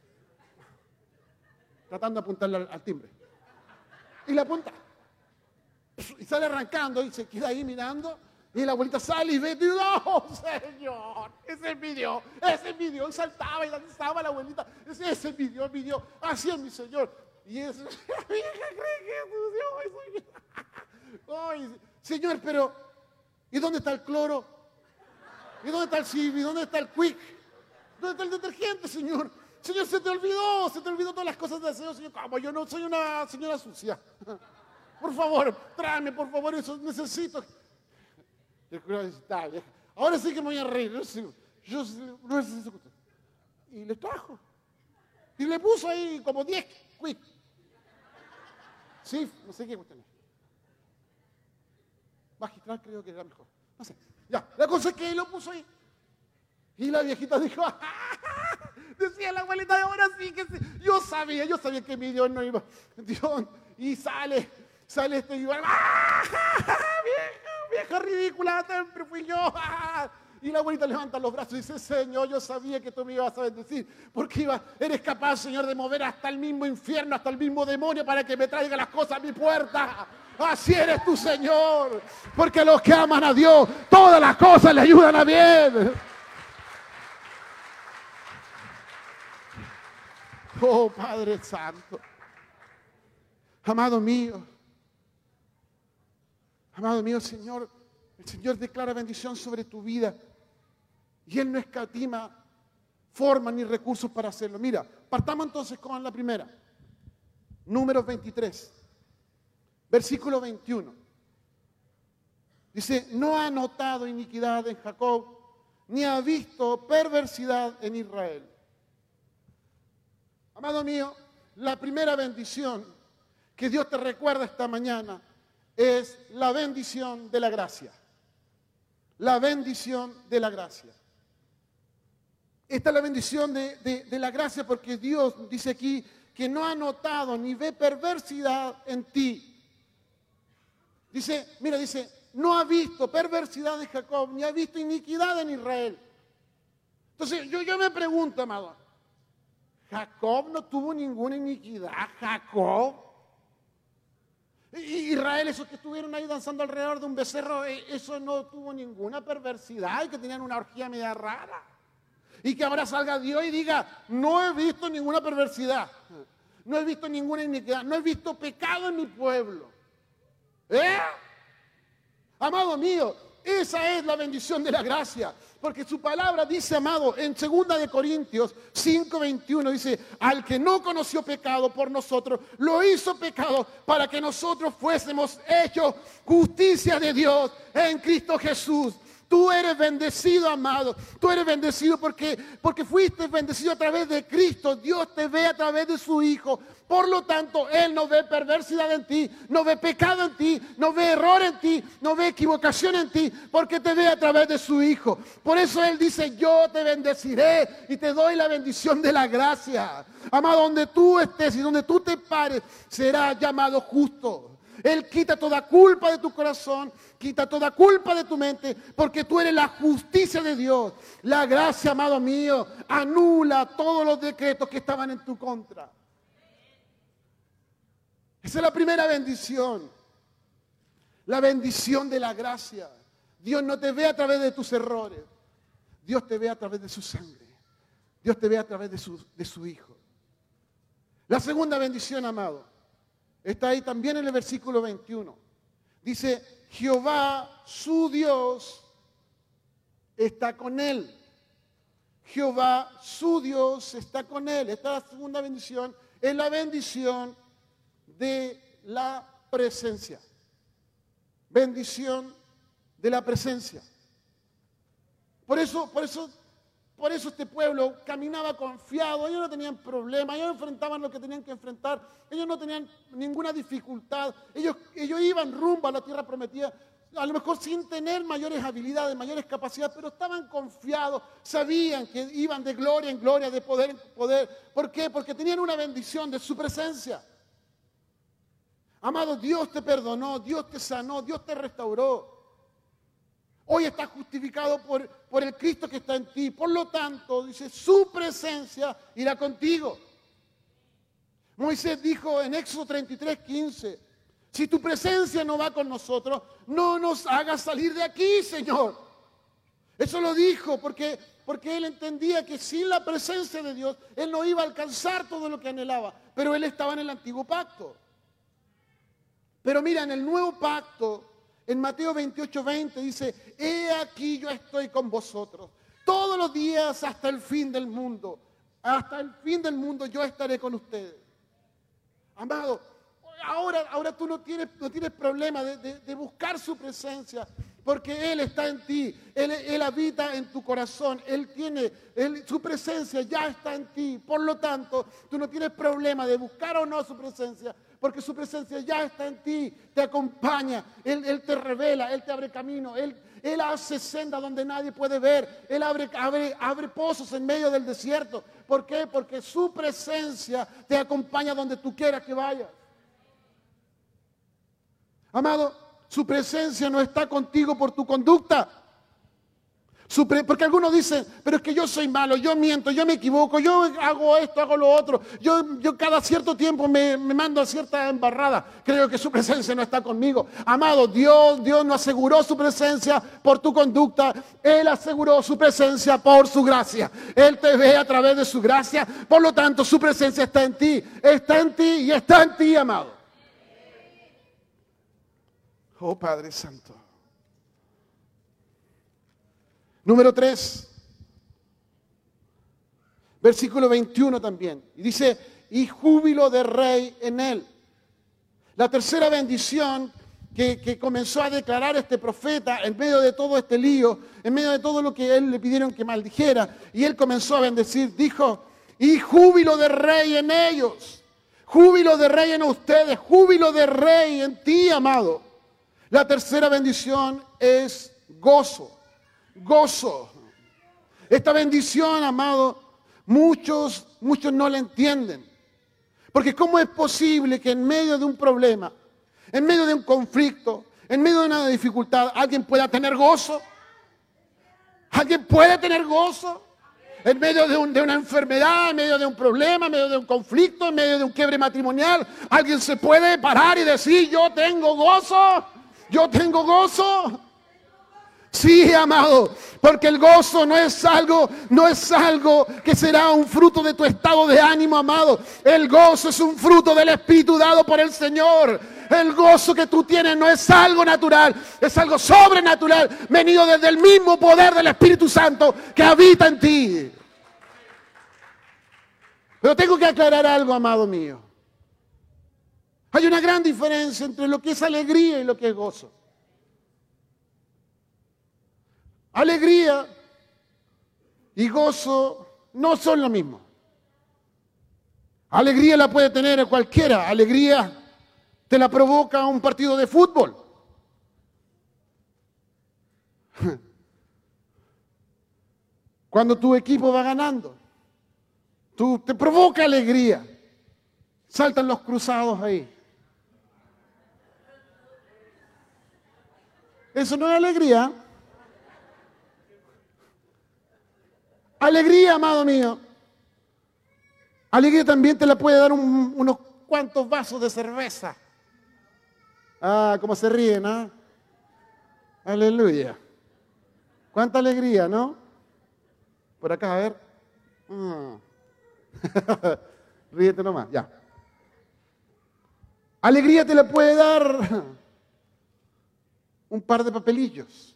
tratando de apuntarle al, al timbre. Y la apunta. Y sale arrancando y se queda ahí mirando. Y la abuelita sale y ve, ¡no, Señor! Ese es mi Dios, ese es mi Dios. Y saltaba y lanzaba a la abuelita. Ese es mi Dios, mi Dios. Así es mi Señor. Y es, la vieja cree que es Dios. Ay, Señor, pero ¿y dónde está el cloro? ¿Y dónde está el Civi? ¿Dónde está el Quick? ¿Dónde está el detergente, Señor? Señor, se te olvidó, se te olvidó todas las cosas de aseo, Señor. Como yo no soy una señora sucia. Por favor, tráeme, por favor, eso necesito. El cura dice, está vieja. Ahora sí que me voy a reír. Yo, yo no necesito. Y le trajo. Y le puso ahí como diez Quick. Sí, no sé qué cuestión es. Magistral creo que era mejor. No sé. Ya, la cosa es que lo puso ahí. Y la viejita dijo, ¡ah! Decía la abuelita, ahora sí que sí. Yo sabía, yo sabía que mi Dios no iba. Dios, y sale, sale este y va, ¡ah! Vieja, vieja ridícula, siempre fui yo. Y la abuelita levanta los brazos y dice, Señor, yo sabía que tú me ibas a bendecir, porque iba, eres capaz, Señor, de mover hasta el mismo infierno, hasta el mismo demonio, para que me traiga las cosas a mi puerta. Así eres tú, Señor, porque a los que aman a Dios, todas las cosas le ayudan a bien. Oh, Padre Santo. Amado mío, amado mío, Señor, el Señor declara bendición sobre tu vida y Él no escatima forma ni recursos para hacerlo. Mira, partamos entonces con la primera. Números veintitrés, versículo veintiuno. Dice, no ha notado iniquidad en Jacob, ni ha visto perversidad en Israel. Amado mío, la primera bendición que Dios te recuerda esta mañana es la bendición de la gracia. La bendición de la gracia. Esta es la bendición de, de, de la gracia porque Dios dice aquí que no ha notado ni ve perversidad en ti. Dice, mira, dice, no ha visto perversidad de Jacob, ni ha visto iniquidad en Israel. Entonces, yo, yo me pregunto, amado, ¿Jacob no tuvo ninguna iniquidad? ¿Jacob? Israel, esos que estuvieron ahí danzando alrededor de un becerro, eso no tuvo ninguna perversidad y que tenían una orgía media rara. Y que ahora salga Dios y diga, no he visto ninguna perversidad, no he visto ninguna iniquidad, no he visto pecado en mi pueblo. ¿Eh? Amado mío, esa es la bendición de la gracia. Porque su palabra dice, amado, en segunda de Corintios cinco veintiuno, dice, al que no conoció pecado por nosotros, lo hizo pecado para que nosotros fuésemos hechos justicia de Dios en Cristo Jesús. Tú eres bendecido, amado. Tú eres bendecido porque, porque fuiste bendecido a través de Cristo. Dios te ve a través de su Hijo. Por lo tanto, Él no ve perversidad en ti, no ve pecado en ti, no ve error en ti, no ve equivocación en ti, porque te ve a través de su Hijo. Por eso Él dice, yo te bendeciré y te doy la bendición de la gracia. Amado, donde tú estés y donde tú te pares, serás llamado justo. Él quita toda culpa de tu corazón, quita toda culpa de tu mente, porque tú eres la justicia de Dios. La gracia, amado mío, anula todos los decretos que estaban en tu contra. Esa es la primera bendición, la bendición de la gracia. Dios no te ve a través de tus errores, Dios te ve a través de su sangre, Dios te ve a través de su, de su Hijo. La segunda bendición, amado, está ahí también en el versículo veintiuno. Dice, Jehová su Dios está con él. Jehová su Dios está con él. Esta es la segunda bendición, es la bendición de la presencia. Bendición de la presencia. Por eso, por eso, por eso este pueblo caminaba confiado. Ellos no tenían problemas, ellos enfrentaban lo que tenían que enfrentar. Ellos no tenían ninguna dificultad. Ellos, ellos iban rumbo a la tierra prometida, a lo mejor sin tener mayores habilidades, mayores capacidades, pero estaban confiados, sabían que iban de gloria en gloria, de poder en poder. ¿Por qué? Porque tenían una bendición de su presencia. Amado, Dios te perdonó, Dios te sanó, Dios te restauró. Hoy estás justificado por, por el Cristo que está en ti. Por lo tanto, dice, su presencia irá contigo. Moisés dijo en Éxodo treinta y tres, quince, si tu presencia no va con nosotros, no nos hagas salir de aquí, Señor. Eso lo dijo porque, porque él entendía que sin la presencia de Dios, él no iba a alcanzar todo lo que anhelaba. Pero él estaba en el antiguo pacto. Pero mira, en el nuevo pacto, en Mateo veintiocho, veinte dice, he aquí yo estoy con vosotros todos los días hasta el fin del mundo. Hasta el fin del mundo yo estaré con ustedes. Amado, ahora, ahora tú no tienes, no tienes problema de, de, de buscar su presencia, porque Él está en ti, Él, él habita en tu corazón, Él tiene, él, su presencia ya está en ti. Por lo tanto, tú no tienes problema de buscar o no su presencia, porque su presencia ya está en ti, te acompaña, Él, él te revela, Él te abre camino, Él, él hace senda donde nadie puede ver, Él abre, abre, abre pozos en medio del desierto. ¿Por qué? Porque su presencia te acompaña donde tú quieras que vayas. Amado, Su presencia no está contigo por tu conducta. Su pre- porque algunos dicen, pero es que yo soy malo, yo miento, yo me equivoco, yo hago esto, hago lo otro. Yo, yo cada cierto tiempo me, me mando a cierta embarrada. Creo que su presencia no está conmigo. Amado, Dios, Dios no aseguró su presencia por tu conducta. Él aseguró su presencia por su gracia. Él te ve a través de su gracia. Por lo tanto, su presencia está en ti. Está en ti y está en ti, amado. Oh, Padre Santo. Número tres, versículo veintiuno también. Y dice, y júbilo de rey en él. La tercera bendición que, que comenzó a declarar este profeta en medio de todo este lío, en medio de todo lo que él le pidieron que maldijera, y él comenzó a bendecir, dijo, y júbilo de rey en ellos. Júbilo de rey en ustedes, júbilo de rey en ti, amado. La tercera bendición es gozo. Gozo. Esta bendición, amado, muchos, muchos no la entienden. Porque ¿cómo es posible que en medio de un problema, en medio de un conflicto, en medio de una dificultad, alguien pueda tener gozo? ¿Alguien puede tener gozo? En medio de, un, de una enfermedad, en medio de un problema, en medio de un conflicto, en medio de un quiebre matrimonial, alguien se puede parar y decir, yo tengo gozo, yo tengo gozo. Sí, amado, porque el gozo no es algo, no es algo que será un fruto de tu estado de ánimo, amado. El gozo es un fruto del Espíritu dado por el Señor. El gozo que tú tienes no es algo natural, es algo sobrenatural, venido desde el mismo poder del Espíritu Santo que habita en ti. Pero tengo que aclarar algo, amado mío. Hay una gran diferencia entre lo que es alegría y lo que es gozo. Alegría y gozo no son lo mismo. Alegría la puede tener cualquiera. Alegría te la provoca un partido de fútbol. Cuando tu equipo va ganando, tú, te provoca alegría. Saltan los cruzados ahí. Eso no es alegría. Alegría, amado mío. Alegría también te la puede dar un, unos cuantos vasos de cerveza. Ah, cómo se ríen, ¿no? Aleluya. Cuánta alegría, ¿no? Por acá, a ver. Mm. Ríete nomás, ya. Alegría te la puede dar un par de papelillos.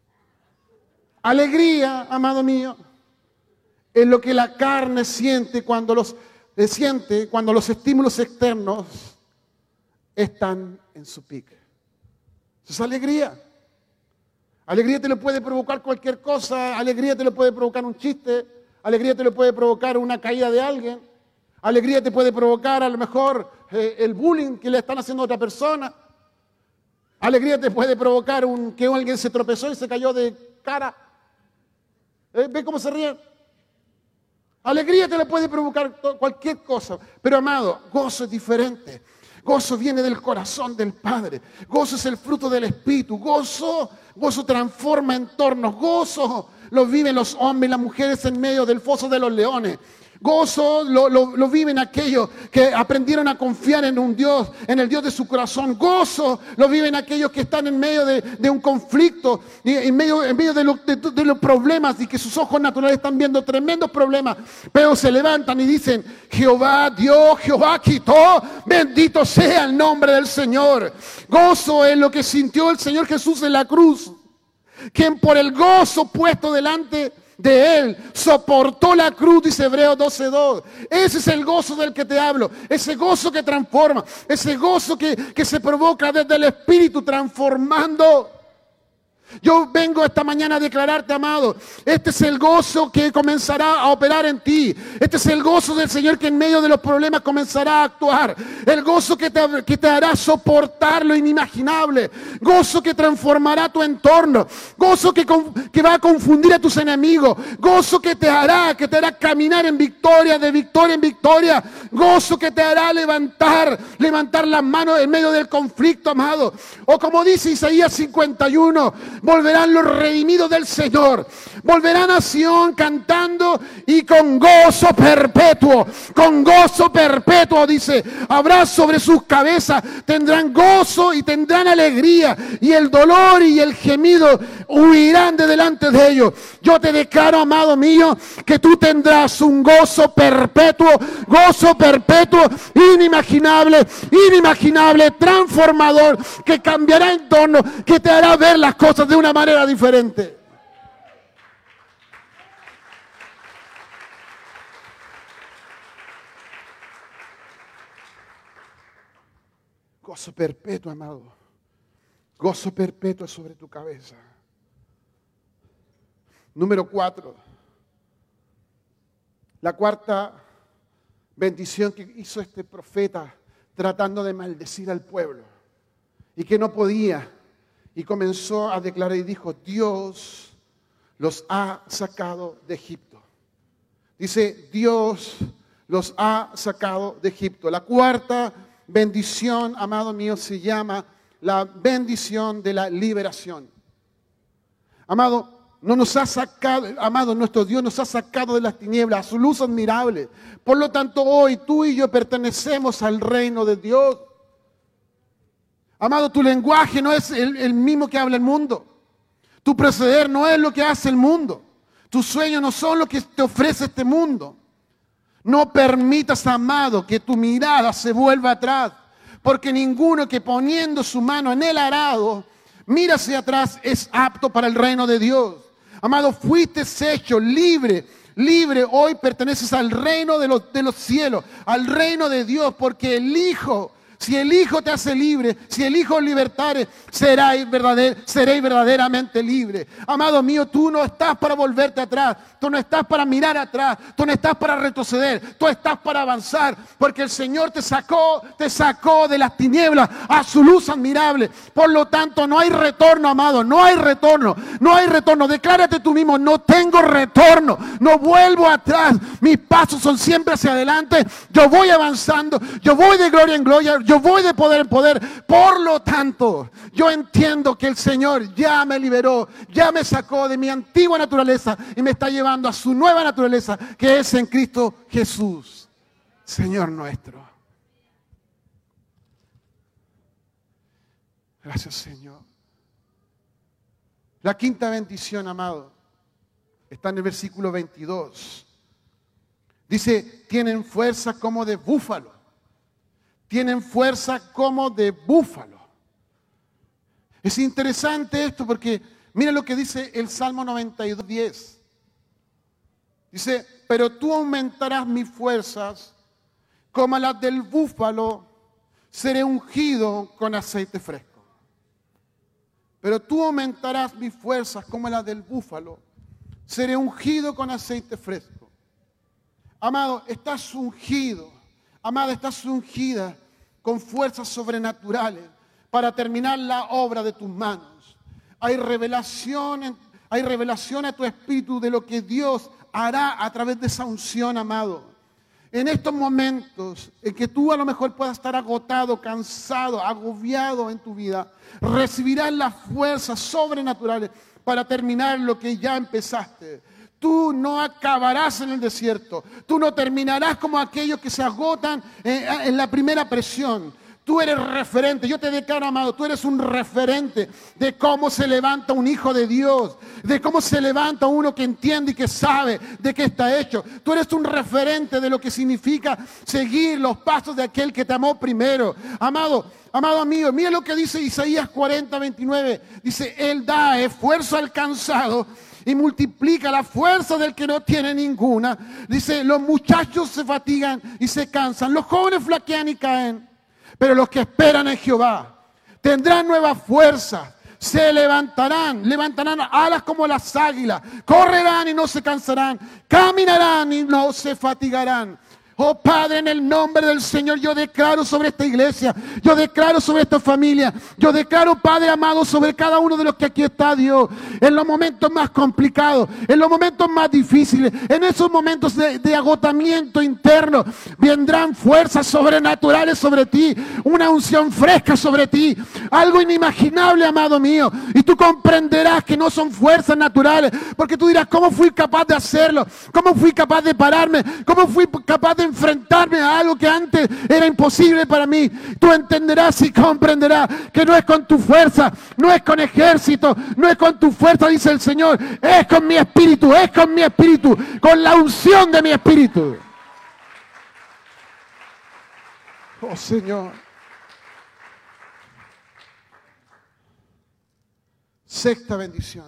Alegría, amado mío, es lo que la carne siente cuando los, eh, siente cuando los estímulos externos están en su pico. Eso es alegría. Alegría te lo puede provocar cualquier cosa. Alegría te lo puede provocar un chiste. Alegría te lo puede provocar una caída de alguien. Alegría te puede provocar a lo mejor eh, el bullying que le están haciendo a otra persona. Alegría te puede provocar un, que alguien se tropezó y se cayó de cara. ¿Eh? ¿Ve cómo se ríe? Alegría te la puede provocar cualquier cosa. Pero amado, gozo es diferente. Gozo viene del corazón del Padre. Gozo es el fruto del Espíritu. Gozo, gozo transforma entornos. Gozo lo viven los hombres y las mujeres en medio del foso de los leones. Gozo lo, lo, lo viven aquellos que aprendieron a confiar en un Dios, en el Dios de su corazón. Gozo lo viven aquellos que están en medio de, de un conflicto, y en medio, en medio de, lo, de, de los problemas, y que sus ojos naturales están viendo tremendos problemas, pero se levantan y dicen, Jehová dio, Jehová quitó, bendito sea el nombre del Señor. Gozo es lo que sintió el Señor Jesús en la cruz, quien por el gozo puesto delante de él soportó la cruz, dice Hebreos doce dos. Ese es el gozo del que te hablo, ese gozo que transforma, ese gozo que, que se provoca desde el Espíritu transformando. Yo vengo esta mañana a declararte, amado, este es el gozo que comenzará a operar en ti. Este es el gozo del Señor que en medio de los problemas comenzará a actuar. El gozo que te, que te hará soportar lo inimaginable. Gozo que transformará tu entorno. Gozo que, que va a confundir a tus enemigos. Gozo que te hará, que te hará caminar en victoria, de victoria en victoria. Gozo que te hará levantar, levantar las manos en medio del conflicto, amado. O como dice Isaías cincuenta y uno, volverán los redimidos del Señor. Volverán a Sion cantando y con gozo perpetuo. Con gozo perpetuo, dice. Habrá sobre sus cabezas. Tendrán gozo y tendrán alegría. Y el dolor y el gemido huirán de delante de ellos. Yo te declaro, amado mío, que tú tendrás un gozo perpetuo. Gozo perpetuo, inimaginable, inimaginable, transformador, que cambiará entorno, que te hará ver las cosas de una manera diferente. Gozo perpetuo, amado. Gozo perpetuo sobre tu cabeza. Número cuatro. La cuarta bendición que hizo este profeta tratando de maldecir al pueblo y que no podía, y comenzó a declarar y dijo: Dios los ha sacado de Egipto. Dice: Dios los ha sacado de Egipto. La cuarta bendición, amado mío, se llama la bendición de la liberación. Amado, no nos ha sacado, amado, nuestro Dios nos ha sacado de las tinieblas a su luz admirable. Por lo tanto, hoy tú y yo pertenecemos al reino de Dios. Amado, tu lenguaje no es el, el mismo que habla el mundo. Tu proceder no es lo que hace el mundo. Tus sueños no son lo que te ofrece este mundo. No permitas, amado, que tu mirada se vuelva atrás. Porque ninguno que poniendo su mano en el arado mira hacia atrás es apto para el reino de Dios. Amado, fuiste hecho libre, libre. Hoy perteneces al reino de los, de los cielos, al reino de Dios, porque el Hijo, si el Hijo te hace libre, si el Hijo libertare, seréis, verdader, seréis verdaderamente libre. Amado mío, tú no estás para volverte atrás, tú no estás para mirar atrás, tú no estás para retroceder, tú estás para avanzar, porque el Señor te sacó, te sacó de las tinieblas a su luz admirable. Por lo tanto, no hay retorno, amado, no hay retorno, no hay retorno. Declárate tú mismo: no tengo retorno, no vuelvo atrás, mis pasos son siempre hacia adelante, yo voy avanzando, yo voy de gloria en gloria, yo voy de poder en poder. Por lo tanto, yo entiendo que el Señor ya me liberó, ya me sacó de mi antigua naturaleza y me está llevando a su nueva naturaleza, que es en Cristo Jesús, Señor nuestro. Gracias, Señor. La quinta bendición, amado, está en el versículo veintidós. Dice: tienen fuerza como de búfalo. Tienen fuerza como de búfalo. Es interesante esto porque mira lo que dice el Salmo noventa y dos, diez. Dice: pero tú aumentarás mis fuerzas como las del búfalo, seré ungido con aceite fresco. Pero tú aumentarás mis fuerzas como las del búfalo, seré ungido con aceite fresco. Amado, estás ungido. Amada, estás ungida con fuerzas sobrenaturales para terminar la obra de tus manos. Hay revelación, hay revelación a tu espíritu de lo que Dios hará a través de esa unción, amado. En estos momentos en que tú a lo mejor puedas estar agotado, cansado, agobiado en tu vida, recibirás las fuerzas sobrenaturales para terminar lo que ya empezaste. Tú no acabarás en el desierto. Tú no terminarás como aquellos que se agotan en la primera presión. Tú eres referente. Yo te declaro, amado, tú eres un referente de cómo se levanta un hijo de Dios, de cómo se levanta uno que entiende y que sabe de qué está hecho. Tú eres un referente de lo que significa seguir los pasos de aquel que te amó primero. Amado, amado amigo, mira lo que dice Isaías cuarenta, veintinueve. Dice: Él da esfuerzo al cansado y multiplica la fuerza del que no tiene ninguna. Dice: los muchachos se fatigan y se cansan, los jóvenes flaquean y caen, pero los que esperan en Jehová tendrán nuevas fuerzas, Se levantarán, levantarán alas como las águilas, correrán y no se cansarán, caminarán y no se fatigarán. Oh Padre, en el nombre del Señor, yo declaro sobre esta iglesia, yo declaro sobre esta familia, yo declaro, Padre amado, sobre cada uno de los que aquí está, Dios, en los momentos más complicados, en los momentos más difíciles, en esos momentos de, de agotamiento interno, vendrán fuerzas sobrenaturales sobre ti, una unción fresca sobre ti, algo inimaginable, amado mío, y tú comprenderás que no son fuerzas naturales, porque tú dirás, ¿cómo fui capaz de hacerlo? ¿Cómo fui capaz de pararme? ¿Cómo fui capaz de enfrentarme a algo que antes era imposible para mí? Tú entenderás y comprenderás que no es con tu fuerza, no es con ejército, no es con tu fuerza, dice el Señor, es con mi espíritu, es con mi espíritu, con la unción de mi espíritu. Oh Señor. Sexta bendición.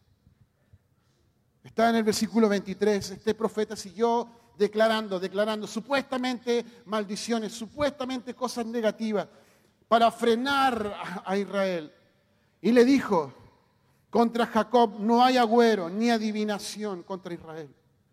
Está en el versículo veintitrés. Este profeta siguió declarando, declarando supuestamente maldiciones, supuestamente cosas negativas para frenar a Israel. Y le dijo, contra Jacob no hay agüero ni adivinación contra Israel.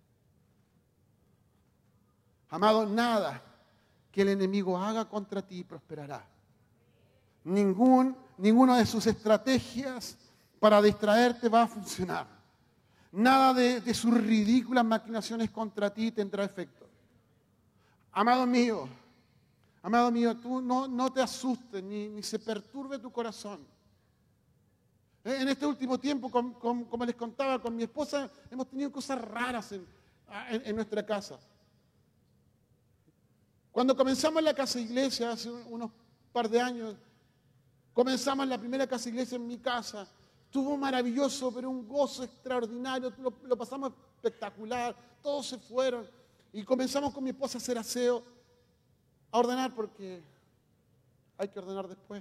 Amado, nada que el enemigo haga contra ti prosperará. Ningún, ninguna de sus estrategias para distraerte va a funcionar. Nada de, de sus ridículas maquinaciones contra ti tendrá efecto. Amado mío, amado mío, tú no, no te asustes ni, ni se perturbe tu corazón. En este último tiempo, com, com, como les contaba, con mi esposa hemos tenido cosas raras en, en, en nuestra casa. Cuando comenzamos la casa iglesia, hace unos par de años, comenzamos la primera casa iglesia en mi casa. Estuvo maravilloso, pero un gozo extraordinario, lo, lo pasamos espectacular, todos se fueron y comenzamos con mi esposa a hacer aseo, a ordenar porque hay que ordenar después.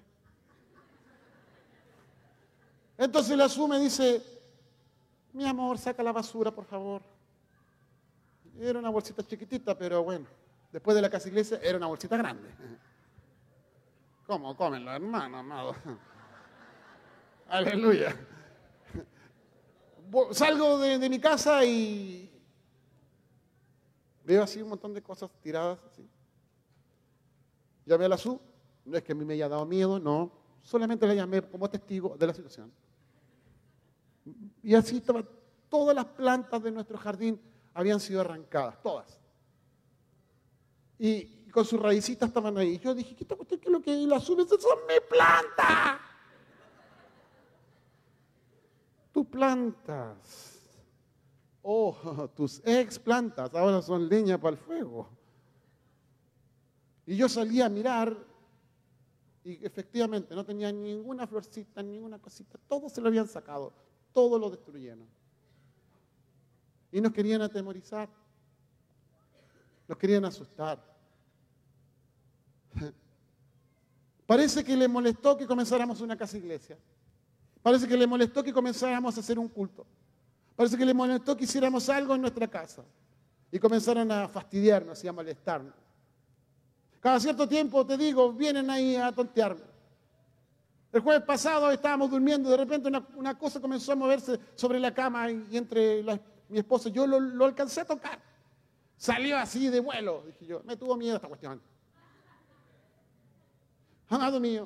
Entonces la asume y dice, mi amor, saca la basura, por favor. Era una bolsita chiquitita, pero bueno, después de la casa iglesia era una bolsita grande. ¿Cómo comen los hermanos, amado? Aleluya. Salgo de, de mi casa y veo así un montón de cosas tiradas así. Llamé a la S U, no es que a mí me haya dado miedo, no, solamente la llamé como testigo de la situación. Y así estaban, todas las plantas de nuestro jardín habían sido arrancadas, todas. Y con sus raícitas estaban ahí. Yo dije, ¿qué, qué es lo que hay? La S U? ¡Esas son mis plantas! Tus plantas, oh, tus ex plantas, ahora son leña para el fuego. Y yo salí a mirar y efectivamente no tenía ninguna florcita, ninguna cosita, todo se lo habían sacado, todo lo destruyeron. Y nos querían atemorizar, nos querían asustar. Parece que les molestó que comenzáramos una casa iglesia. Parece que le molestó que comenzáramos a hacer un culto. Parece que le molestó que hiciéramos algo en nuestra casa. Y comenzaron a fastidiarnos y a molestarnos. Cada cierto tiempo, te digo, vienen ahí a tontearme. El jueves pasado estábamos durmiendo, de repente una, una cosa comenzó a moverse sobre la cama y, y entre la, mi esposa, yo lo, lo alcancé a tocar. Salió así de vuelo, dije yo, me tuvo miedo esta cuestión. Amado mío,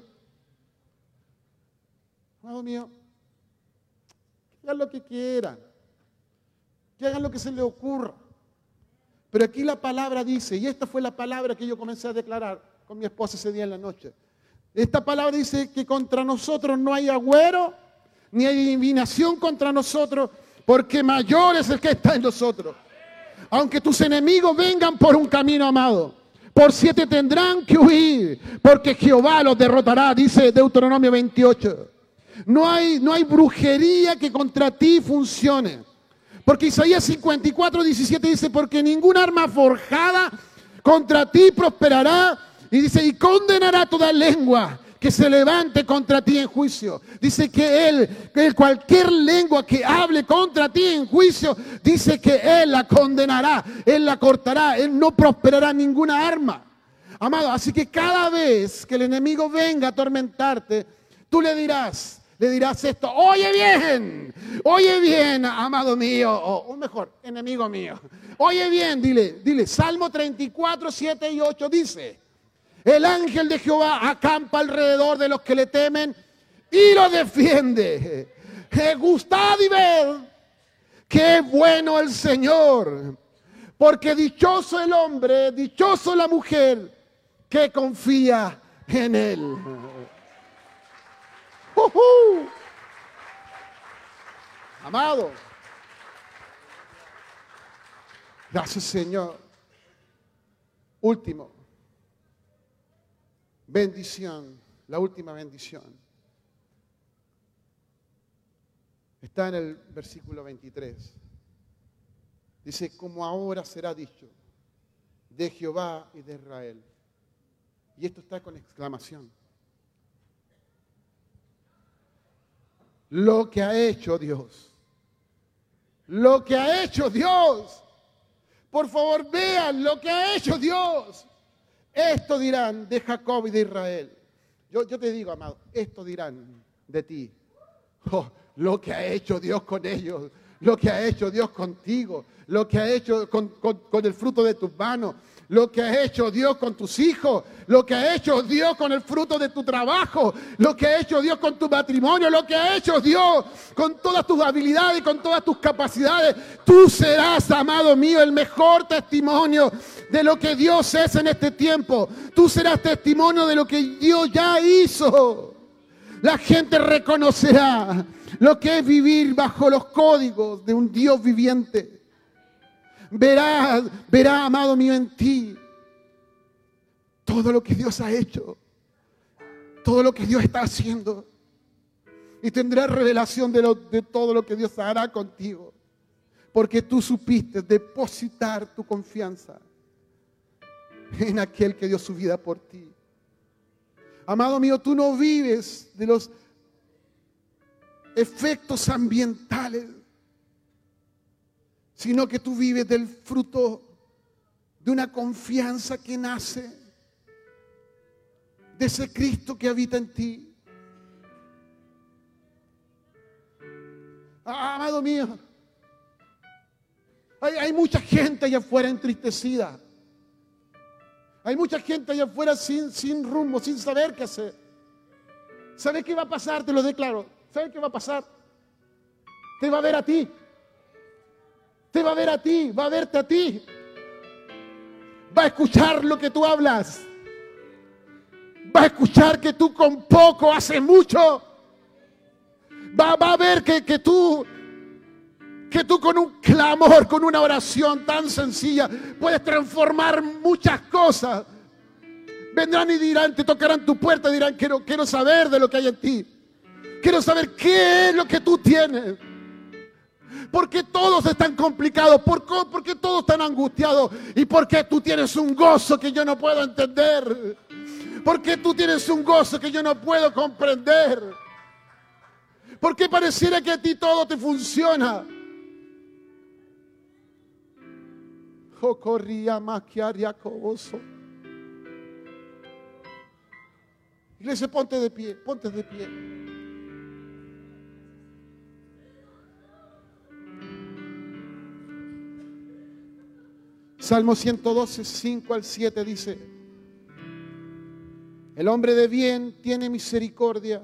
amado mío, que hagan lo que quieran, que hagan lo que se les ocurra. Pero aquí la palabra dice, y esta fue la palabra que yo comencé a declarar con mi esposa ese día en la noche. Esta palabra dice que contra nosotros no hay agüero, ni hay adivinación contra nosotros, porque mayor es el que está en nosotros. Aunque tus enemigos vengan por un camino, amado, por siete tendrán que huir, porque Jehová los derrotará, dice Deuteronomio veintiocho. No hay, no hay brujería que contra ti funcione. Porque Isaías cincuenta y cuatro, diecisiete dice, porque ninguna arma forjada contra ti prosperará. Y dice, y condenará toda lengua que se levante contra ti en juicio. Dice que él, que cualquier lengua que hable contra ti en juicio, dice que él la condenará, él la cortará, él no prosperará ninguna arma. Amado, así que cada vez que el enemigo venga a atormentarte, tú le dirás, Le dirás esto: oye bien, oye bien, amado mío, o, o mejor, enemigo mío. Oye bien, dile, dile, Salmo treinta y cuatro, siete y ocho dice: el ángel de Jehová acampa alrededor de los que le temen y los defiende. Eh, Gustad y ved que es bueno el Señor, porque dichoso el hombre, dichoso la mujer que confía en Él. Uh-huh. Amado, gracias, Señor. Último, bendición, la última bendición. Está en el versículo veintitrés. Dice: como ahora será dicho de Jehová y de Israel. Y esto está con exclamación. Lo que ha hecho Dios. Lo que ha hecho Dios. Por favor, vean lo que ha hecho Dios. Esto dirán de Jacob y de Israel. Yo, yo te digo, amado, esto dirán de ti. Oh, lo que ha hecho Dios con ellos. Lo que ha hecho Dios contigo. Lo que ha hecho con, con, con el fruto de tus manos. Lo que ha hecho Dios con tus hijos, lo que ha hecho Dios con el fruto de tu trabajo, lo que ha hecho Dios con tu matrimonio, lo que ha hecho Dios con todas tus habilidades y con todas tus capacidades. Tú serás, amado mío, el mejor testimonio de lo que Dios es en este tiempo. Tú serás testimonio de lo que Dios ya hizo. La gente reconocerá lo que es vivir bajo los códigos de un Dios viviente. Verá, verá, amado mío, en ti todo lo que Dios ha hecho, todo lo que Dios está haciendo, y tendrá revelación de, lo, de todo lo que Dios hará contigo, porque tú supiste depositar tu confianza en aquel que dio su vida por ti. Amado mío, tú no vives de los efectos ambientales, sino que tú vives del fruto de una confianza que nace de ese Cristo que habita en ti. Ah, amado mío, hay, hay mucha gente allá afuera entristecida. Hay mucha gente allá afuera sin, sin rumbo, sin saber qué hacer. ¿Sabes qué va a pasar? Te lo declaro. ¿Sabes qué va a pasar? Te va a ver a ti. Te va a ver a ti, va a verte a ti. Va a escuchar lo que tú hablas. Va a escuchar que tú con poco haces mucho. Va, va a ver que, que tú, que tú con un clamor, con una oración tan sencilla, puedes transformar muchas cosas. Vendrán y dirán, te tocarán tu puerta y dirán: quiero, quiero saber de lo que hay en ti. Quiero saber qué es lo que tú tienes. Porque todos están complicados, porque todos están angustiados, y porque tú tienes un gozo que yo no puedo entender, porque tú tienes un gozo que yo no puedo comprender, porque pareciera que a ti todo te funciona. Iglesia, ponte de pie, ponte de pie. Salmo ciento doce, cinco al siete dice: el hombre de bien tiene misericordia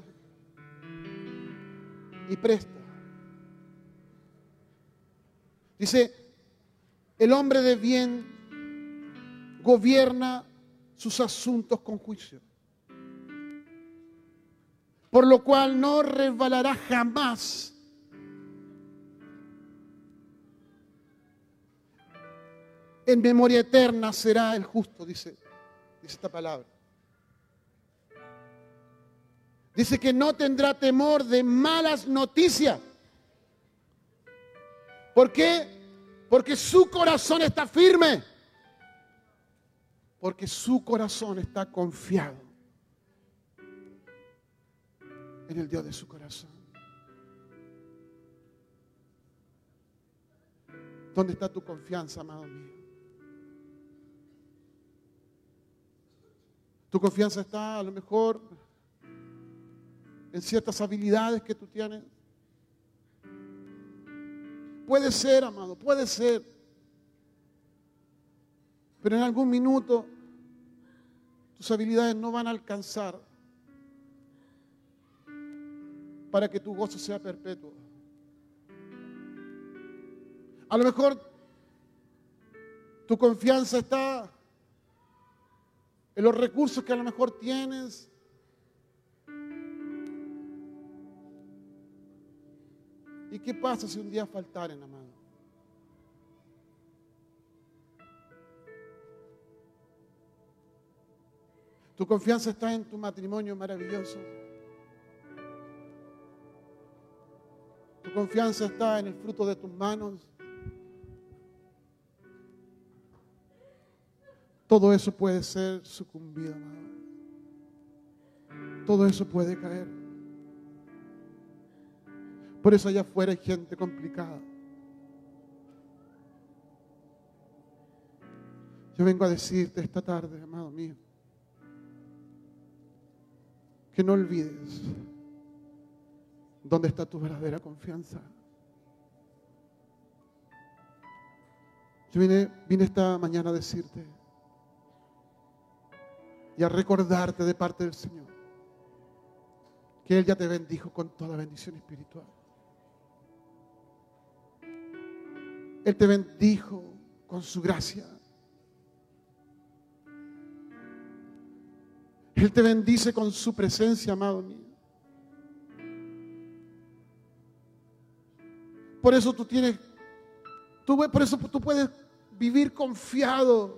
y presta. Dice: el hombre de bien gobierna sus asuntos con juicio, por lo cual no resbalará jamás. En memoria eterna será el justo, dice, dice esta palabra. Dice que no tendrá temor de malas noticias. ¿Por qué? Porque su corazón está firme. Porque su corazón está confiado en el Dios de su corazón. ¿Dónde está tu confianza, amado mío? Tu confianza está a lo mejor en ciertas habilidades que tú tienes. Puede ser, amado, puede ser. Pero en algún minuto tus habilidades no van a alcanzar para que tu gozo sea perpetuo. A lo mejor tu confianza está en los recursos que a lo mejor tienes. ¿Y qué pasa si un día faltaren, amado? Tu confianza está en tu matrimonio maravilloso. Tu confianza está en el fruto de tus manos. Todo eso puede ser sucumbido, amado. Todo eso puede caer. Por eso allá afuera hay gente complicada. Yo vengo a decirte esta tarde, amado mío, que no olvides dónde está tu verdadera confianza. Yo vine, vine esta mañana a decirte y a recordarte de parte del Señor que Él ya te bendijo con toda bendición espiritual. Él te bendijo con su gracia. Él te bendice con su presencia, amado mío. Por eso tú tienes, tú, por eso tú puedes vivir confiado.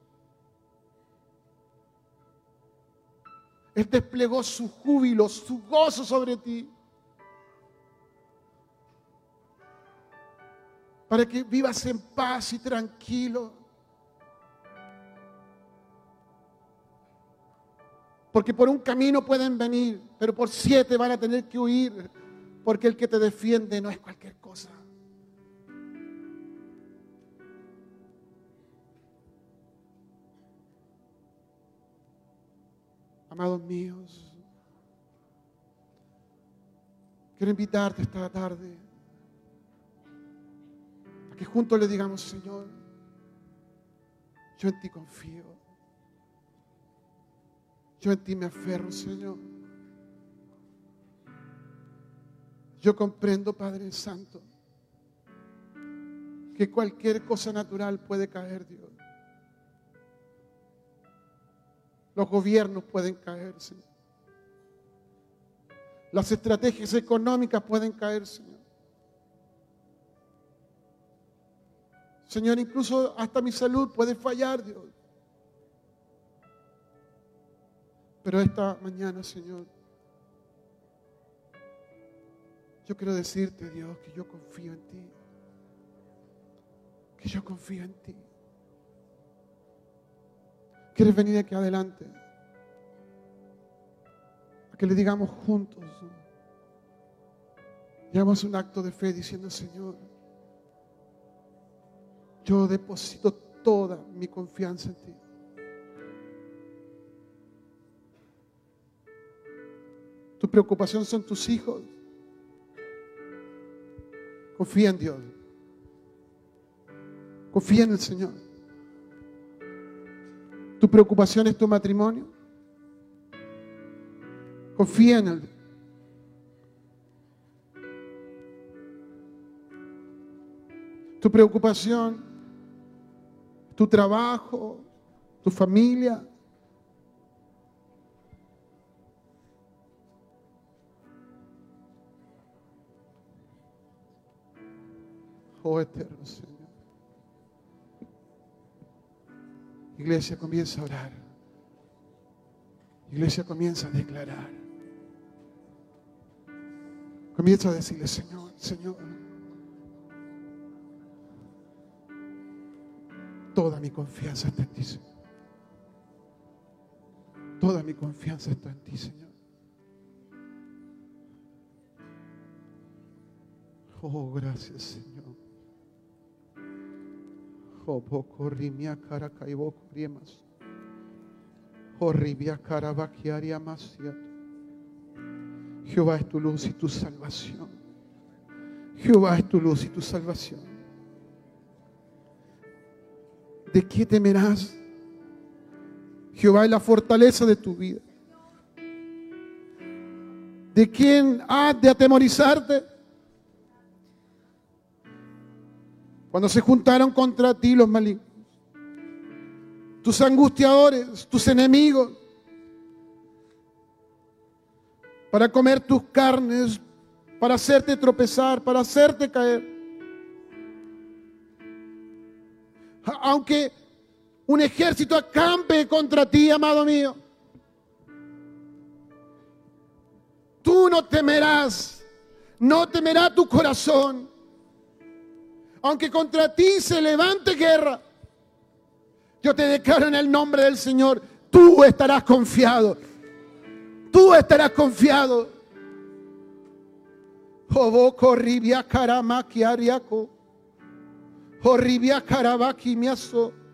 Él desplegó su júbilo, su gozo sobre ti, para que vivas en paz y tranquilo. Porque por un camino pueden venir, pero por siete van a tener que huir, porque el que te defiende no es cualquier cosa. Amados míos, quiero invitarte esta tarde a que juntos le digamos: Señor, yo en ti confío, yo en ti me aferro, Señor. Yo comprendo, Padre Santo, que cualquier cosa natural puede caer, Dios. Los gobiernos pueden caer, Señor. Las estrategias económicas pueden caer, Señor. Señor, incluso hasta mi salud puede fallar, Dios. Pero esta mañana, Señor, yo quiero decirte, Dios, que yo confío en ti. Que yo confío en ti. ¿Quieres venir aquí adelante? A que le digamos juntos. Y hagamos un acto de fe diciendo: Señor, yo deposito toda mi confianza en ti. Tu preocupación son tus hijos. Confía en Dios. Confía en el Señor. Tu preocupación es tu matrimonio. Confía en Él. Tu preocupación, tu trabajo, tu familia. Oh eterno Señor. Iglesia, comienza a orar. Iglesia, comienza a declarar. Comienza a decirle: Señor, Señor, toda mi confianza está en ti, Señor. Toda mi confianza está en ti, Señor. Oh, gracias, Señor. Oh, poco rimia cara caibo coriemas. Oh, ribia cara vaquiaria masiat. Jehová es tu luz y tu salvación. Jehová es tu luz y tu salvación. ¿De qué temerás? Jehová es la fortaleza de tu vida. ¿De quién has de atemorizarte? Cuando se juntaron contra ti los malignos, tus angustiadores, tus enemigos, para comer tus carnes, para hacerte tropezar, para hacerte caer. Aunque un ejército acampe contra ti, amado mío, tú no temerás, no temerá tu corazón. Aunque contra ti se levante guerra, yo te declaro en el nombre del Señor, tú estarás confiado. Tú estarás confiado. Oboko ribia karamaki ariako. Horribia karabaki miaso.